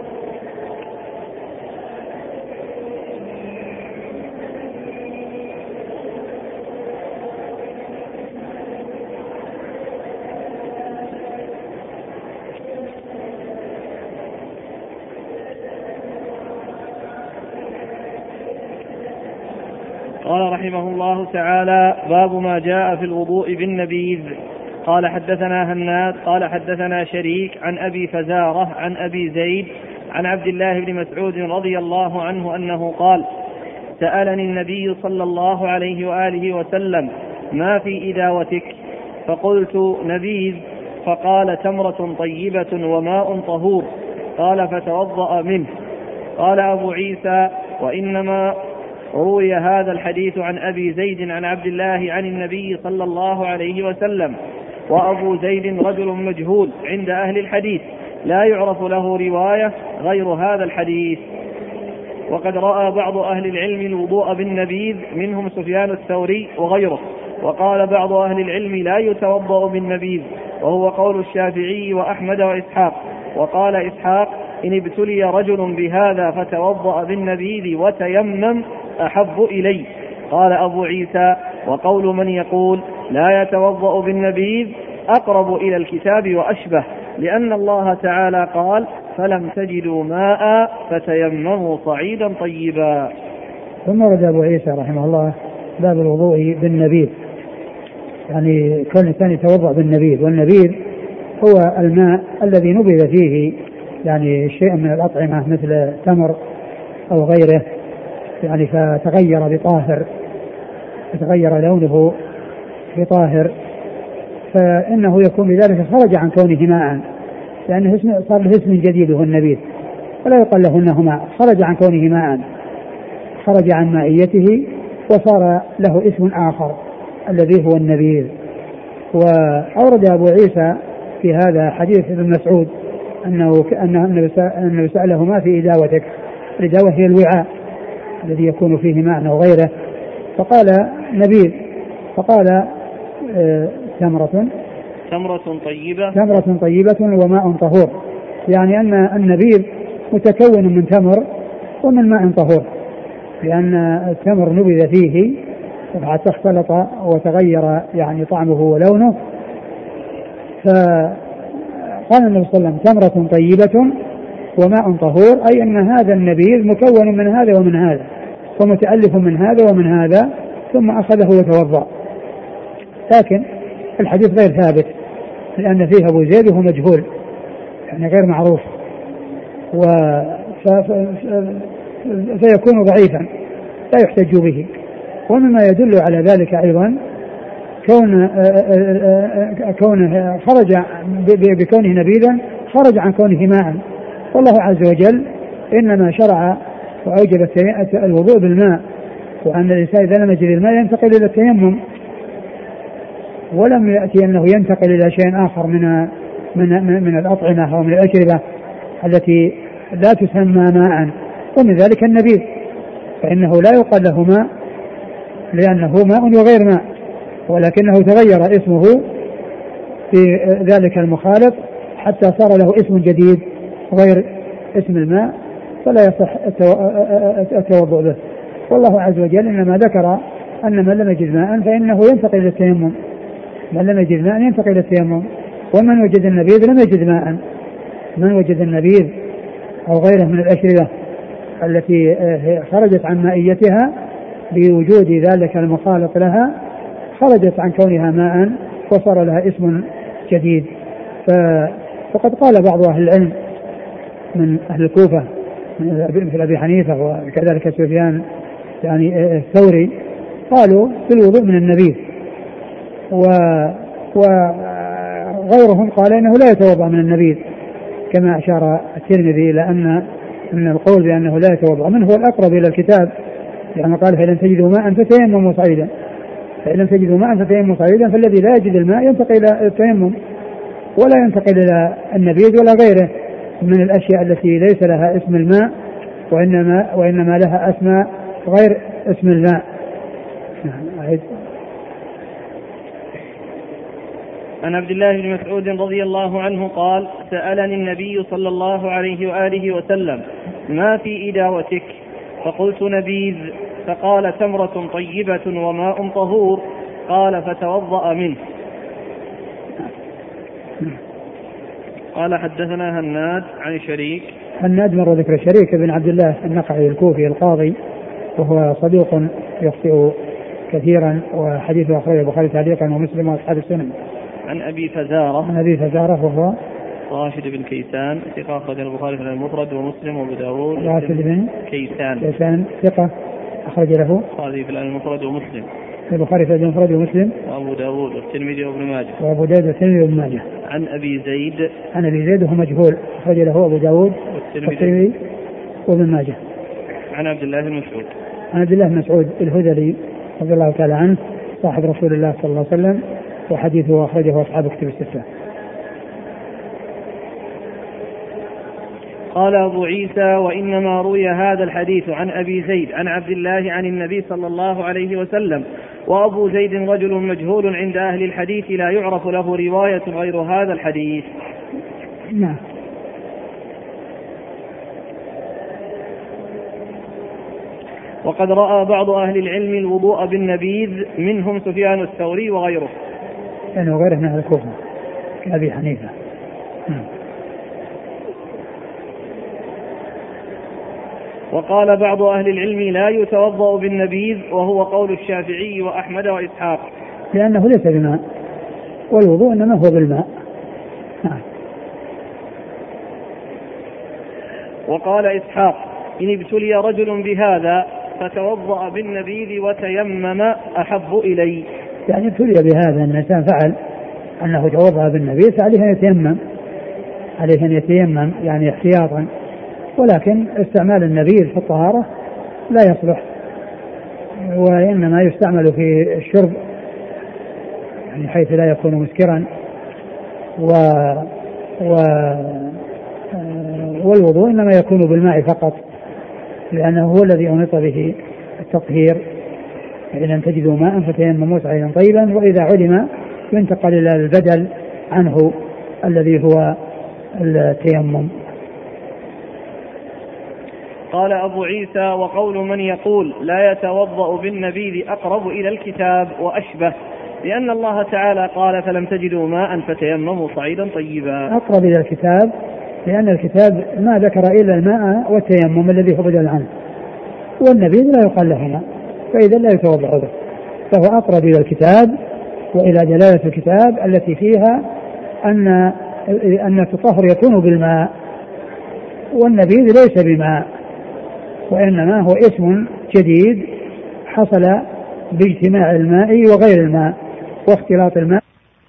قال رحمه الله تعالى باب ما جاء في الوضوء بالنبيذ. قال حدثنا هناد قال حدثنا شريك عن أبي فزارة عن أبي زيد عن عبد الله بن مسعود رضي الله عنه أنه قال سألني النبي صلى الله عليه وآله وسلم ما في إداوتك؟ فقلت نبيذ. فقال تمرة طيبة وماء طهور. قال فتوضأ منه. قال أبو عيسى وإنما روي هذا الحديث عن أبي زيد عن عبد الله عن النبي صلى الله عليه وسلم. وأبو زيد رجل مجهول عند أهل الحديث لا يعرف له رواية غير هذا الحديث. وقد رأى بعض أهل العلم الوضوء بالنبيذ منهم سفيان الثوري وغيره. وقال بعض أهل العلم لا يتوضأ بالنبيذ وهو قول الشافعي وأحمد وإسحاق. وقال إسحاق إن ابتلي رجل بهذا فتوضأ بالنبيذ وتيمم أحب إلي. قال أبو عيسى وقول من يقول لا يتوضأ بالنبيذ أقرب إلى الكتاب وأشبه، لأن الله تعالى قال فلم تجدوا ماء فتيمموا صعيدا طيبا. ثم ورد أبو عيسى رحمه الله باب الوضوء بالنبيذ، يعني كل إنسان يتوضأ بالنبيذ، والنبيذ هو الماء الذي نبذ فيه يعني شيء من الأطعمة مثل تمر أو غيره، يعني فتغير بطاهر، فتغير لونه بطاهر، فإنه يكون بذلك خرج عن كونه ماء، لأنه صار له اسم جديد وهو النبيذ، ولا يقال له أنه ماء، خرج عن كونه ماء، خرج عن مائيته وصار له اسم آخر الذي هو النبيذ. وأورد أبو عيسى في هذا حديث ابن مسعود أنه سأله ما في إداوتك؟ الإداوة هي الوعاء الذي يكون فيه ماء أو غيره، فقال نبيذ، فقال تمرة طيبة وماء طهور، يعني أن النبيذ متكون من تمر ومن ماء طهور، لأن التمر نبذ فيه حتى اختلط وتغير يعني طعمه ولونه. فقال النبي صلى الله عليه وسلم تمرة طيبة وماء طهور، أي أن هذا النبيذ مكون من هذا ومن هذا ومتألف من هذا ومن هذا، ثم أخذه وتوضأ. لكن الحديث غير ثابت، لأن فيه أبو زيد وهو مجهول يعني غير معروف، فيكون ضعيفا لا يحتج به. ومما يدل على ذلك أيضا كونه خرج بكونه نبيذا، خرج عن كونه ماء، والله عز وجل إنما شرع وأوجب الوضوء بالماء، وأن الإنسان إذا لم يجد الماء ينتقل إلى التيمم، ولم يأتي أنه ينتقل إلى شيء آخر من الأطعمة أو من الأشربة التي لا تسمى ماء. ومن ذلك النبيذ، فإنه لا يقال له ماء لأنه ماء وغير ماء، ولكنه تغير اسمه في ذلك المخالط حتى صار له اسم جديد غير اسم الماء، فلا يصح التوضؤ به. والله عز وجل إنما ذكر أن من لم يجد ماء فإنه ينتقل إلى التيمم، من لم يجد ماء ينتقل إلى التيمم، ومن وجد النبيذ لم يجد ماء، من وجد النبيذ أو غيره من الأشربة التي خرجت عن مائيتها بوجود ذلك المخالط لها، خرجت عن كونها ماء وصار لها اسم جديد. فقد قال بعض أهل العلم من أهل الكوفة مثل أبي حنيفة وكذلك سفيان يعني الثوري قالوا في الوضوء من النبيذ، وغيرهم قال إنه لا يتوضأ من النبيذ، كما أشار الترمذي إلى أن القول بأنه لا يتوضأ منه هو الأقرب إلى الكتاب، يعني قال فإن تجدوا ماء فتيمموا صعيدا، فإن تجدوا ماء فتيمموا صعيدا، فالذي لا يجد الماء ينتقل إلى التيمم ولا ينتقل إلى النبيذ ولا غيره من الأشياء التي ليس لها اسم الماء وإنما لها أسماء غير اسم الماء. عن عبد الله بن مسعود رضي الله عنه قال سألني النبي صلى الله عليه وآله وسلم ما في إداوتك؟ فقلت نبيذ، فقال تمرة طيبة وماء طهور، قال فتوضأ منه. قال حدثنا هناد عن شريك. هناد مر ذكر شريك بن عبد الله النقعي الكوفي القاضي، وهو صدوق يخطئ كثيرا، وحديثه أخرجه البخاري تعليقا ومسلم وأصحاب السنن. عن أبي فزارة وهو راشد بن كيسان ثقة أخرجه البخاري في المفرد ومسلم وأبو داود. راشد بن كيسان ثقة أخرج له البخاري في المفرد ومسلم، البخاري في المفرد ومسلم وأبو داود والترمذي وابن ماجه. وابن ماجه. عن أبي زيد وهو مجهول أخرج له أبو داود والترمذي وابن ماجه. عن عبد الله بن مسعود الهذلي رضي الله تعالى عنه صاحب رسول الله صلى الله عليه وسلم، وحديثه أخرجه أصحاب كتب الستة. قال أبو عيسى وإنما روي هذا الحديث عن أبي زيد عن عبد الله عن النبي صلى الله عليه وسلم، وأبو زيد رجل مجهول عند أهل الحديث لا يعرف له رواية غير هذا الحديث. نعم. وقد رأى بعض أهل العلم الوضوء بالنبيذ منهم سفيان الثوري وغيره، يعني وغيره من أهل الكوفة كأبي حنيفة. وقال بعض أهل العلم لا يتوضأ بالنبيذ، وهو قول الشافعي وأحمد وإسحاق، لأنه ليس بماء، والوضوء إنما هو بالماء. وقال إسحاق إن ابتلي رجل بهذا فتوضأ بالنبيذ وتيمم أحب إلي. يعني ابتلي بهذا أن الإنسان فعل أنه توضأ بالنبيذ فعليه أن يتيمم يعني احتياطا، ولكن استعمال النبيذ في الطهارة لا يصلح، وإنما يستعمل في الشرب يعني حيث لا يكون مسكرا، والوضوء إنما يكون بالماء فقط، لأنه هو الذي أنط به التطهير. إذا لم تجدوا ماء فتيمموا صعيدا طيبا، وإذا علم ينتقل إلى البدل عنه الذي هو التيمم. قال أبو عيسى وقول من يقول لا يتوضأ بالنبيذ أقرب إلى الكتاب وأشبه، لأن الله تعالى قال فلم تجدوا ماء فتيمموا صعيدا طيبا. أقرب إلى الكتاب لأن الكتاب ما ذكر إلا الماء والتيمم الذي هو بدل عنه، والنبيذ لا يقال له ماء، فإذا لا يتوضأ به، فهو أقرب إلى الكتاب وإلى دلالة الكتاب التي فيها أن التطهر يكون بالماء، والنبيذ ليس بماء، وإنما هو اسم جديد حصل باجتماع الماء وغير الماء واختلاط الماء،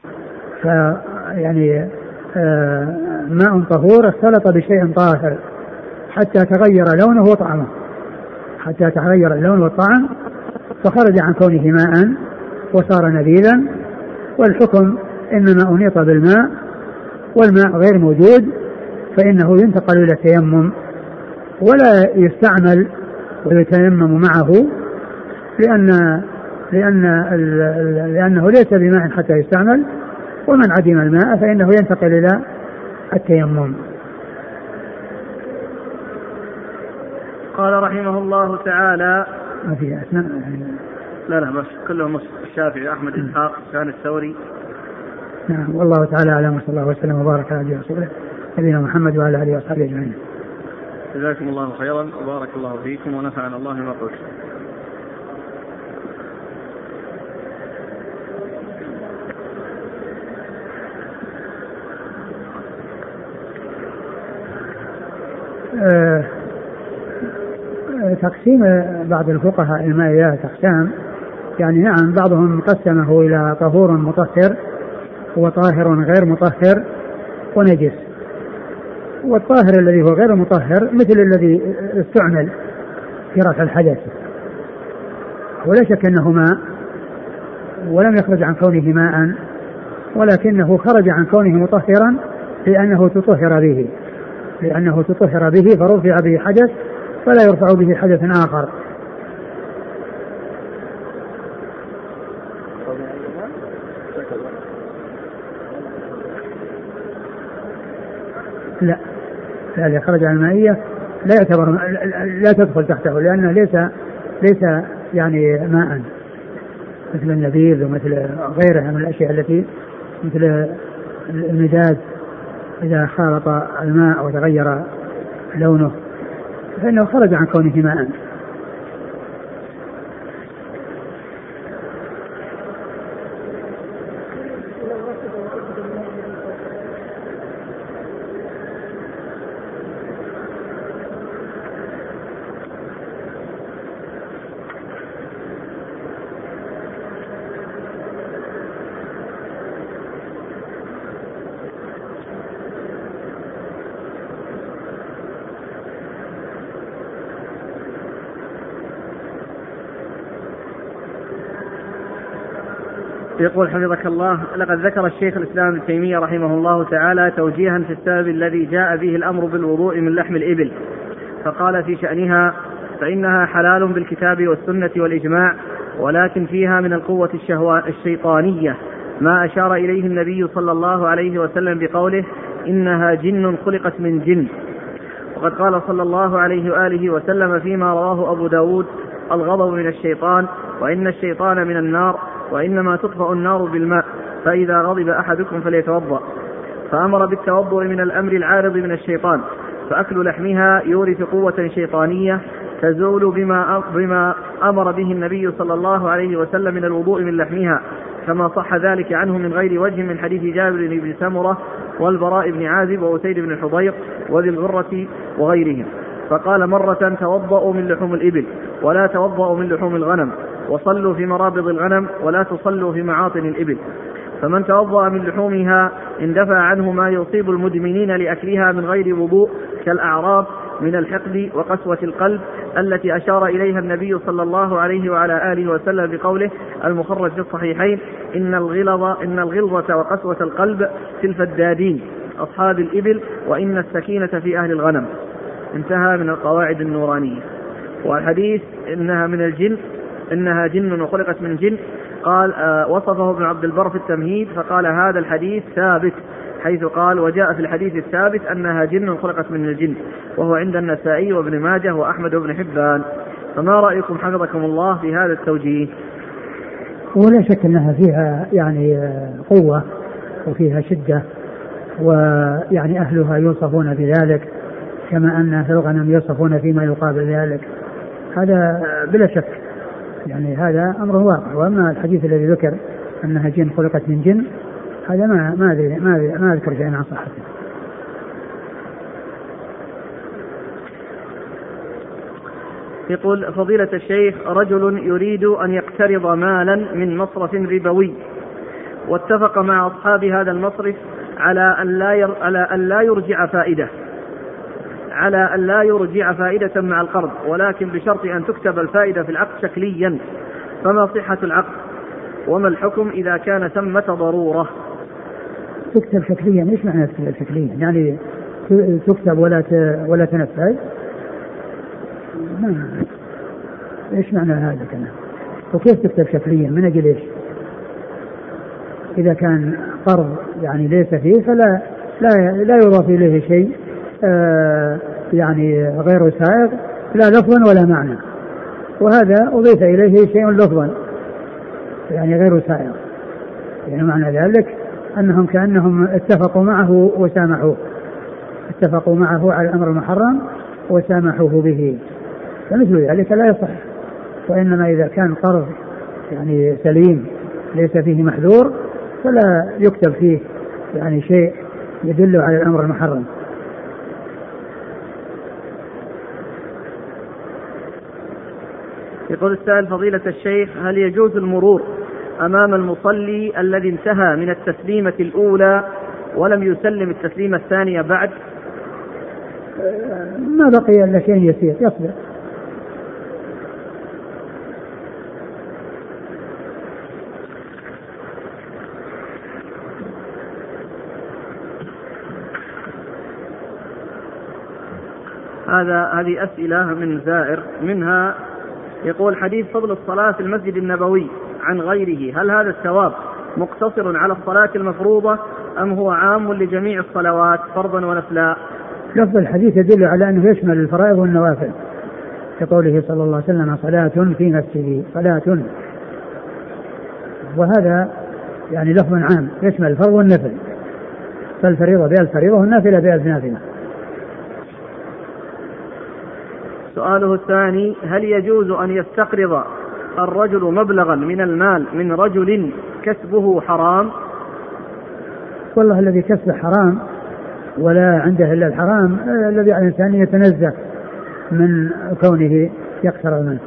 فيعني ماء طهور اختلط بشيء طاهر حتى تغير لونه وطعمه، حتى تغير اللون والطعم فخرج عن كونه ماء وصار نبيذا، والحكم إنما أنيط بالماء والماء غير موجود فإنه ينتقل إلى التيمم ولا يستعمل ويتيمم معه، لأنه ليس بماء حتى يستعمل، ومن عدم الماء فإنه ينتقل إلى التيمم. قال رحمه الله تعالى ما في أسماء لا بس كلهم الشافعي أحمد إسحاق كان الثوري. نعم، والله تعالى أعلم، وصلى الله وسلم وبارك على رسوله نبينا محمد وعلى آله وصحبه أجمعين. جزاكم الله خيرا وبارك الله فيكم ونفعنا الله ما قلت. تقسيم بعض الفقهاء المائيات أقسام، يعني نعم بعضهم قسمه إلى طهور مطهر وطاهر غير مطهر ونجس. والطاهر الذي هو غير مطهر مثل الذي استعمل في رفع الحدث، ولا شك أنه ماء ولم يخرج عن كونه ماء، ولكنه خرج عن كونه مطهرا لأنه تطهر به فرفع به حدث فلا يرفع به حدث آخر. لا خرج عن المائية لا يعتبر، لا تدخل تحته، لأنه ليس يعني ماء مثل النبيذ ومثل غيرها من الأشياء التي مثل المداد إذا خالط الماء وتغير لونه فإنه خرج عن كونه ماء. يقول حفظك الله: لقد ذكر الشيخ الإسلام ابن تيمية رحمه الله تعالى توجيها في السبب الذي جاء به الأمر بالوضوء من لحم الإبل، فقال في شأنها: فإنها حلال بالكتاب والسنة والإجماع، ولكن فيها من القوة الشيطانية ما أشار إليه النبي صلى الله عليه وسلم بقوله: إنها جن خلقت من جن. وقد قال صلى الله عليه وآله وسلم فيما رواه أبو داود: الغضب من الشيطان، وإن الشيطان من النار، وإنما تطفأ النار بالماء، فإذا غضب أحدكم فليتوضأ. فأمر بالتوضؤ من الأمر العارض من الشيطان، فأكل لحمها يورث قوة شيطانية تزول بما أمر به النبي صلى الله عليه وسلم من الوضوء من لحمها، كما صح ذلك عنه من غير وجه من حديث جابر بن سمرة والبراء بن عازب وأسيد بن الحضير وذي الغرة وغيرهم. فقال مرة: توضؤوا من لحوم الإبل ولا توضؤوا من لحوم الغنم، وصلوا في مرابض الغنم ولا تصلوا في معاطن الإبل. فمن توضأ من لحومها اندفع عنه ما يصيب المدمنين لأكلها من غير وضوء كالأعراض من الحقد وقسوة القلب التي أشار إليها النبي صلى الله عليه وعلى آله وسلم بقوله المخرج في الصحيحين: إن الغلظة وقسوة القلب في الفدادين أصحاب الإبل، وإن السكينة في أهل الغنم. انتهى من القواعد النورانية. والحديث إنها من الجن، إنها جن وخلقت من جن، قال وصفه ابن عبد البر في التمهيد فقال: هذا الحديث ثابت، حيث قال: وجاء في الحديث الثابت أنها جن خلقت من الجن، وهو عند النسائي وابن ماجه وأحمد وابن حبان. فما رأيكم حفظكم الله في هذا التوجيه؟ ولا شك أنها فيها يعني قوة وفيها شدة، ويعني أهلها يوصفون بذلك كما أن أهل الغنم يوصفون فيما يقابل ذلك، هذا بلا شك، يعني هذا أمر واقع. وأما الحديث الذي ذكر أنها جن خلقت من جن، هذا ما أذكر شيئا عن صحته. يقول فضيلة الشيخ: رجل يريد أن يقترض مالا من مصرف ربوي، واتفق مع أصحاب هذا المصرف على أن لا يرجع فائدة مع القرض، ولكن بشرط أن تكتب الفائدة في العقد شكليا، فما صحة العقد؟ وما الحكم إذا كان ثمة ضرورة؟ تكتب شكليا، إيش معنى تكتب شكليا؟ يعني تكتب ولا تنفذ؟ إيش معنى هذا الكلام؟ وكيف تكتب شكليا من أجل إيش؟ إذا كان قرض يعني ليس فيه فلا لا يضاف إليه شيء يعني غير سائغ لا لفظا ولا معنى، وهذا أضيف إليه شيء لفظا يعني غير سائغ، يعني معنى ذلك أنهم كأنهم اتفقوا معه وسامحوه، اتفقوا معه على الأمر المحرم وسامحوه به، فمثل ذلك لا يصح. وإنما إذا كان قرض يعني سليم ليس فيه محذور فلا يكتب فيه يعني شيء يدل على الأمر المحرم. يقول السائل فضيلة الشيخ: هل يجوز المرور أمام المصلي الذي انتهى من التسليمة الأولى ولم يسلم التسليمة الثانية بعد؟ ما بقي إلا شيء يسير، يصبر. هذه أسئلة من زائر، منها يقول: حديث فضل الصلاة في المسجد النبوي عن غيره، هل هذا الثواب مقتصر على الصلاة المفروضة أم هو عام لجميع الصلوات فرضا ونفلا؟ لفظ الحديث يدل على أنه يشمل الفرائض والنوافل، كقوله صلى الله عليه وسلم: صلاة في نفسه صلاة، وهذا يعني لفظ عام يشمل الفرض والنفل، فالفريضة بها الفريضة والنافلة بها النافلة. سؤاله الثاني: هل يجوز أن يستقرض الرجل مبلغا من المال من رجل كسبه حرام؟ والله الذي كسبه حرام ولا عنده إلا الحرام، الذي على الإنسان يتنزه من كونه يقترض منه.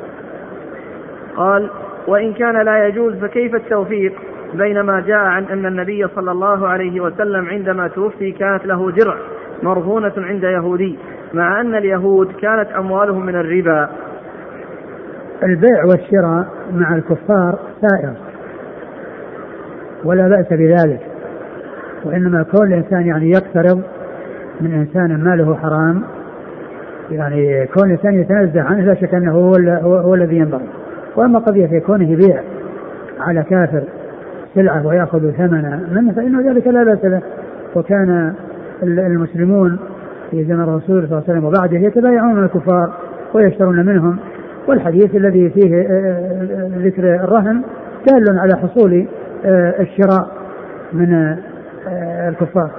قال: وإن كان لا يجوز فكيف التوفيق بين ما جاء عن أن النبي صلى الله عليه وسلم عندما توفي كانت له درع مرهونة عند يهودي، مع أن اليهود كانت أموالهم من الربا؟ البيع والشراء مع الكفار سائر ولا بأس بذلك، وإنما كون الإنسان يعني يقترض من إنسان ماله حرام، يعني كون الإنسان يتنزه عنه لا شك أنه هو الذي ينبغي. وأما قضية في كونه يبيع على كافر سلعة ويأخذ ثمنا منه فإنه ذلك لا بأس به. وكان المسلمون في زمن الرسول صلى الله عليه وسلم وبعده يتبايعون من الكفار ويشترون منهم، والحديث الذي فيه ذكر الرهن دال على حصول الشراء من الكفار.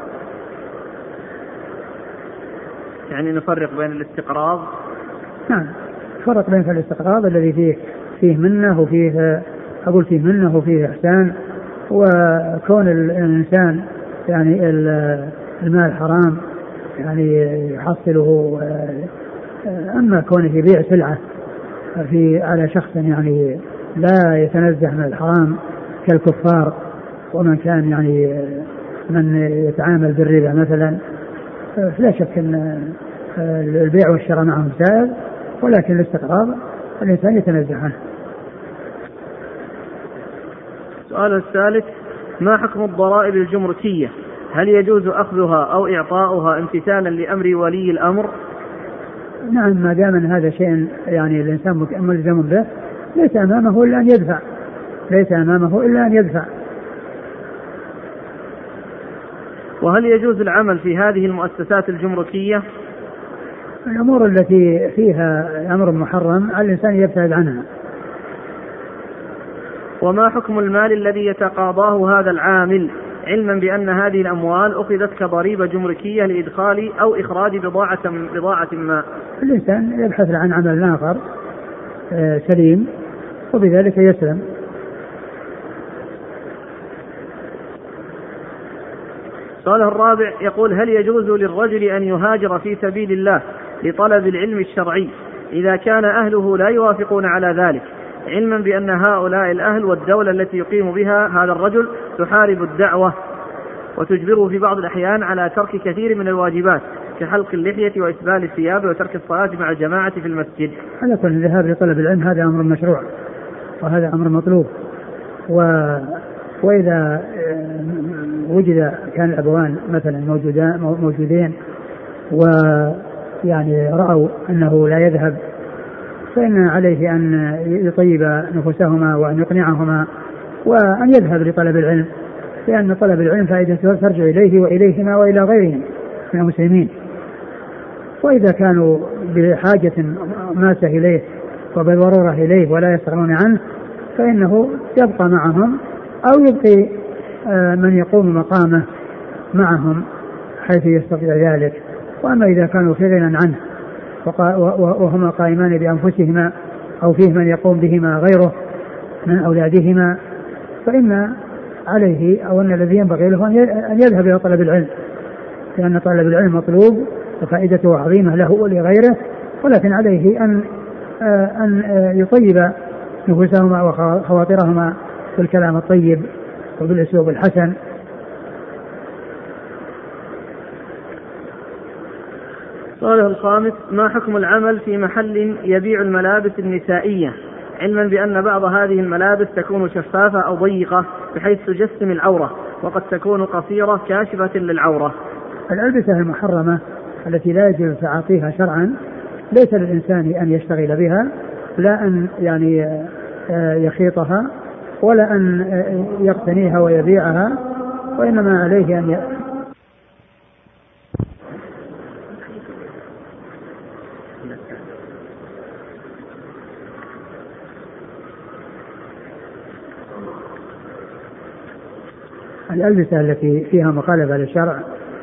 يعني نفرق بين الاستقراض؟ نعم، فرق بين الاستقراض الذي فيه منه وفيه أقول فيه منه وفيه إحسان، وكون الإنسان يعني المال حرام يعني يحصله. أما كونه يبيع سلعة على شخص يعني لا يتنزه من الحرام كالكفار ومن كان يعني من يتعامل بالربا مثلا، فلا شك أن البيع والشراء معهم سائر، ولكن الاستقراض الإنسان يتنزه عنه. السؤال الثالث: ما حكم الضرائب الجمركية؟ هل يجوز أخذها أو إعطاؤها امتثالا لأمر ولي الأمر؟ نعم، ما دام أن هذا شيء يعني الإنسان ملزم به ليس أمامه إلا أن يدفع. وهل يجوز العمل في هذه المؤسسات الجمركية؟ الأمور التي فيها أمر محرم على الإنسان يبتعد عنها. وما حكم المال الذي يتقاضاه هذا العامل علما بأن هذه الأموال أخذت كضريبة جمركية لإدخال أو إخراج بضاعة ما؟ الإنسان يبحث عن عمل آخر سليم وبذلك يسلم. السؤال الرابع يقول: هل يجوز للرجل أن يهاجر في سبيل الله لطلب العلم الشرعي إذا كان أهله لا يوافقون على ذلك، علما بأن هؤلاء الأهل والدولة التي يقيم بها هذا الرجل تحارب الدعوة وتجبره في بعض الأحيان على ترك كثير من الواجبات كحلق اللحية وإسبال الثياب وترك الصلاة مع الجماعة في المسجد؟ على كل الذهاب لطلب العلم هذا أمر مشروع وهذا أمر مطلوب، وإذا وجد كان الأبوان مثلا موجودين ويعني رأوا أنه لا يذهب فإن عليه أن يطيب نفوسهما وأن يقنعهما وأن يذهب لطلب العلم، لأن طلب العلم فائدته ترجع إليه وإليهما وإلى غيرهم من المسلمين. وإذا كانوا بحاجة ماسة إليه وبالضرورة إليه ولا يستغنون عنه فإنه يبقى معهم أو يبقي من يقوم مقامه معهم حيث يستطيع ذلك. وأما إذا كانوا في غنى عنه وهما قائمان بأنفسهما أو فيه من يقوم بهما غيره من أولادهما فإن عليه أو أن الذي ينبغي له أن يذهب إلى طلب العلم، لأن طلب العلم مطلوب وفائدته عظيمة له ولغيره، ولكن عليه أن أن يطيب نفوسهما وخواطرهما بالكلام الطيب وبالأسلوب الحسن. السؤال الخامس: ما حكم العمل في محل يبيع الملابس النسائية، علما بأن بعض هذه الملابس تكون شفافة أو ضيقة بحيث تجسم العورة، وقد تكون قصيرة كاشفة للعورة؟ الألبسة المحرمة التي لا يجوز تعاطيها شرعا ليس للإنسان أن يشتغل بها، لا أن يعني يخيطها ولا أن يقتنيها ويبيعها، وإنما عليه أن الألبسة التي فيها مخالفة للشرع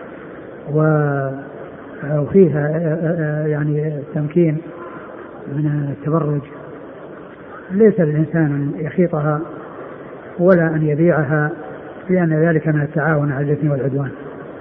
وفيها يعني تمكين من التبرج ليس للإنسان أن يخيطها ولا أن يبيعها، لأن ذلك من التعاون على الإثم والعدوان.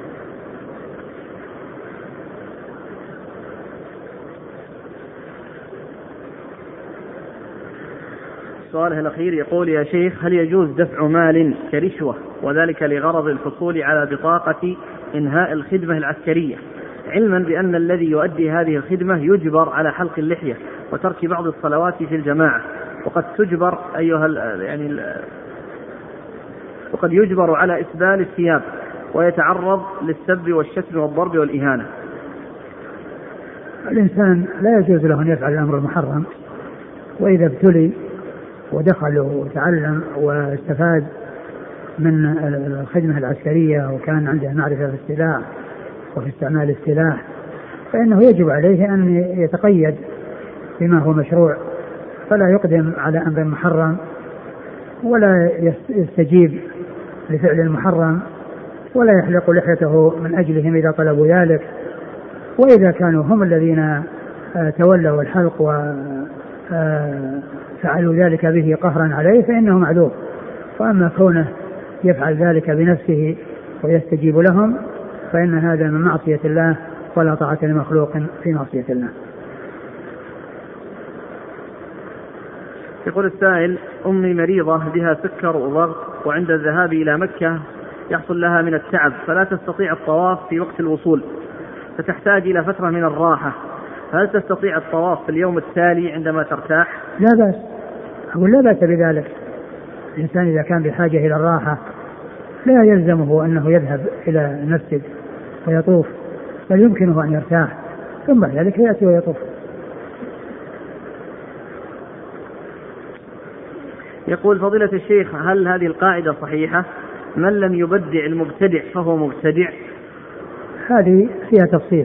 السؤال الأخير يقول: يا شيخ، هل يجوز دفع مال كرشوة وذلك لغرض الحصول على بطاقة إنهاء الخدمة العسكرية، علما بأن الذي يؤدي هذه الخدمة يجبر على حلق اللحية وترك بعض الصلوات في الجماعة، وقد تجبر وقد يجبر على إسبال الثياب ويتعرض للسب والشتم والضرب والإهانة؟ الإنسان لا يجوز له أن يفعل الأمر المحرم، وإذا ابتلي ودخل وتعلم واستفاد من الخدمة العسكرية وكان عنده معرفة في السلاح وفي استعمال السلاح، فإنه يجب عليه أن يتقيد بما هو مشروع، فلا يقدم على أمر محرم ولا يستجيب لفعل المحرم ولا يحلق لحيته من أجلهم إذا طلبوا ذلك. وإذا كانوا هم الذين تولوا الحلق وفعلوا ذلك به قهرا عليه فإنه معذور. وأما كونه يفعل ذلك بنفسه ويستجيب لهم فإن هذا من معصية الله، ولا طاعة لمخلوق في معصية الله. يقول السائل: أمي مريضة بها سكر وضغط، وعند الذهاب إلى مكة يحصل لها من التعب فلا تستطيع الطواف في وقت الوصول، فتحتاج إلى فترة من الراحة، هل تستطيع الطواف في اليوم التالي عندما ترتاح؟ لا بأس، أقول لا بأس بذلك. الإنسان إذا كان بحاجة إلى الراحة لا يلزمه أنه يذهب إلى المسجد ويطوف، بل يمكنه أن يرتاح ثم بعد ذلك يأتي ويطوف. يقول: فضيلة الشيخ، هل هذه القاعدة صحيحة؟ من لم يبدع المبتدع فهو مبتدع. هذه فيها تفصيل،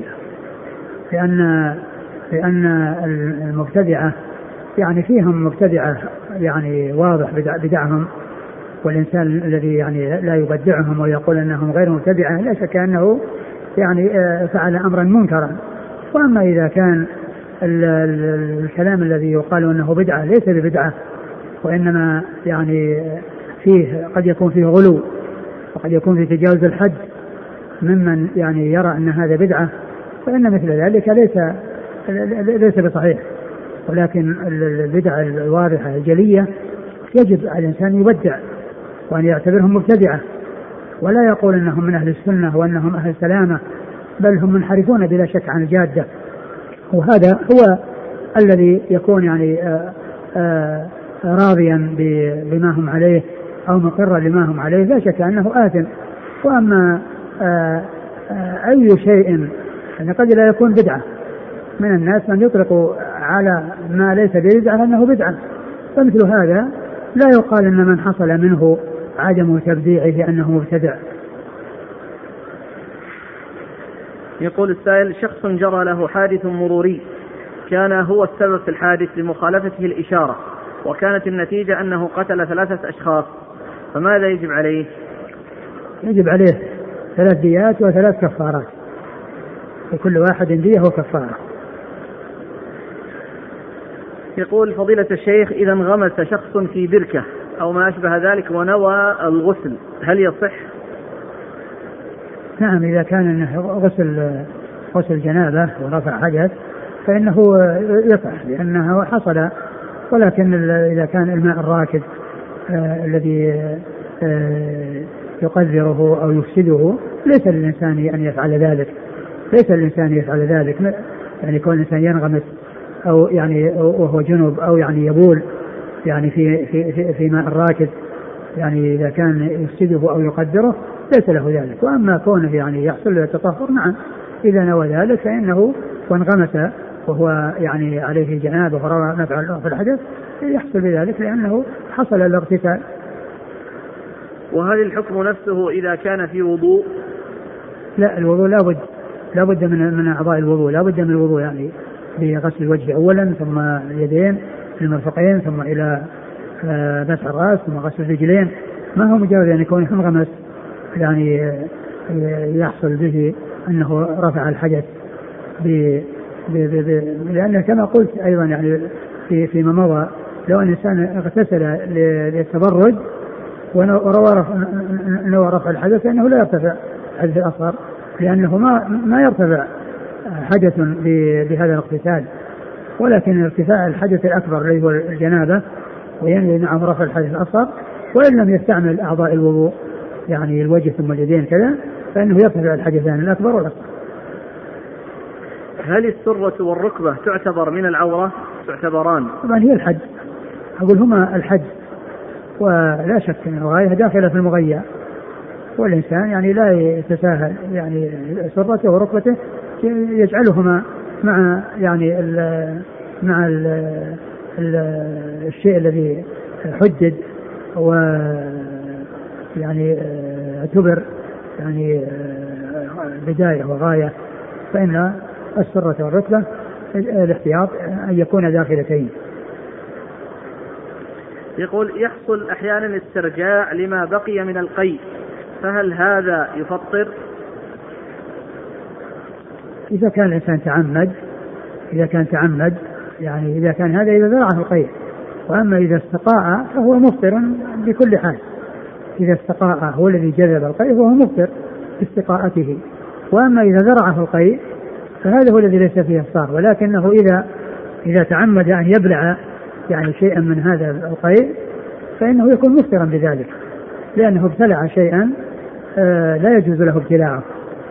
لأن المبتدعة يعني فيهم مبتدعة يعني واضح بدعهم، والإنسان الذي يعني لا يبدعهم ويقول أنهم غير مبتدعة لا شك أنه يعني فعل أمرا منكرا. وأما إذا كان الكلام الذي يقال أنه بدعة ليس ببدعة، وإنما يعني فيه قد يكون فيه غلو وقد يكون فيه تجاوز الحد ممن يعني يرى أن هذا بدعة، فإن مثل ذلك ليس بصحيح. ولكن البدعة الواضحة الجلية يجب على الإنسان يبدع وأن يعتبرهم مبتدعة، ولا يقول أنهم من أهل السنة وأنهم أهل سلامة، بل هم منحرفون بلا شك عن الجادة. وهذا هو الذي يكون يعني راضيا بما هم عليه أو مقرا لما هم عليه، لا شك أنه آثم. وأما أي شيء يعني قد لا يكون بدعة، من الناس من يطلق على ما ليس بدعة أنه بدعة، فمثل هذا لا يقال أن من حصل منه عدم تبديعه أنه مبتدع. يقول السائل: شخص جرى له حادث مروري كان هو السبب في الحادث لمخالفته الإشارة، وكانت النتيجة أنه قتل 3 أشخاص، فماذا يجب عليه؟ يجب عليه 3 ديات و3 كفارات، وكل واحد دية وكفارة. يقول: فضيلة الشيخ، إذا انغمس شخص في بركة أو ما أشبه ذلك ونوى الغسل هل يصح؟ نعم، إذا كان غسل جنابة ورفع حدث فإنه يصح لأنه حصل. ولكن إذا كان الماء الراكد الذي يقذره أو يفسده ليس للإنسان أن يفعل ذلك، ليس للإنسان يفعل ذلك، يعني كون الإنسان ينغمس أو يعني وهو جنب أو يعني يبول يعني في ماء الراكد، يعني إذا كان يفسده أو يقدره ليس له ذلك. وأما كونه يعني يحصل له التطهر نعم إذا نوى ذلك فإنه وانغمس وهو يعني عليه جنابه وروى نفع في الحدث يحصل بذلك لأنه حصل الاغتسال. وهل الحكم نفسه إذا كان في وضوء؟ لا، الوضوء لا بد من أعضاء الوضوء، لا بد من الوضوء يعني بغسل الوجه أولا ثم اليدين في المرفقين ثم إلى مسح الرأس ثم غسل الرجلين. ما هو مجرد يعني يكون ينغمس يعني يحصل به أنه رفع الحدث لأنه كما قلت أيضا يعني فيما مضى لو أن الإنسان اغتسل للتبرج ونوى رفع الحدث فإنه لا يرتفع الحدث الأصغر لأنه ما يرتفع حدث بهذا الاغتسال، ولكن ارتفاع الحدث الأكبر الذي هو الجنابة وينوي معه رفع الحدث الأصغر وإن لم يستعمل أعضاء الوضوء يعني الوجه ثم اليدين كذا فإنه يرتفع الحدثان الأكبر والأصغر. هل السرة والركبة تعتبر من العورة؟ تعتبران؟ طبعا هي الحج، أقول هما الحج، ولا شك أن الغاية داخلة في المغيّة، والإنسان يعني لا يتساهل يعني سرته وركبته يجعلهما مع يعني مع الشيء الذي حدد ويعني اعتبر يعني بداية وغاية، فإن السرة والركبة الاحتياط أن يكون داخلتين. يقول يحصل أحيانا استرجاع لما بقي من القيء، فهل هذا يفطر؟ إذا كان الإنسان تعمد يعني إذا كان هذا إذا ذرعه القيء، وأما إذا استقاء فهو مفطر بكل حال. إذا استقاء هو الذي جذب القيء فهو مفطر باستقاءته، وأما إذا ذرعه القيء فهذا هو الذي ليس فيه إفطار، ولكنه إذا تعمد أن يبلع يعني شيئا من هذا القيء فإنه يكون مفطرا بذلك لأنه ابتلع شيئا لا يجوز له ابتلاعه.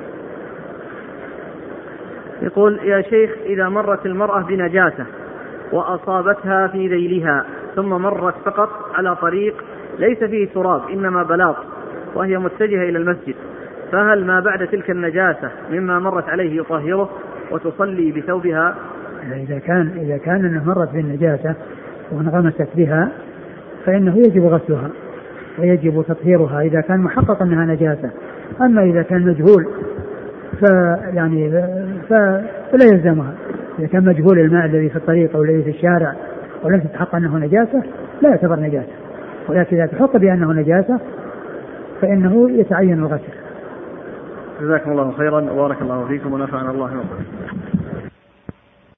يقول يا شيخ إذا مرت المرأة بنجاسة وأصابتها في ذيلها ثم مرت فقط على طريق ليس فيه تراب إنما بلاط وهي متجهة إلى المسجد، فهل ما بعد تلك النجاسة مما مرت عليه يطهره وتصلي بثوبها؟ إذا كان أنه مرت بالنجاسة وانغمست بها فإنه يجب غسلها ويجب تطهيرها إذا كان محقق أنها نجاسة. أما إذا كان مجهول فلا يلزمها. إذا كان مجهول الماء الذي في الطريق أو الذي في الشارع ولم تتحقق أنه نجاسة لا يعتبر نجاسة، ولكن إذا تحقق بأنه نجاسة فإنه يتعين الغسل. جزاكم الله خيرا وبارك الله فيكم ونفعنا الله وبركاته.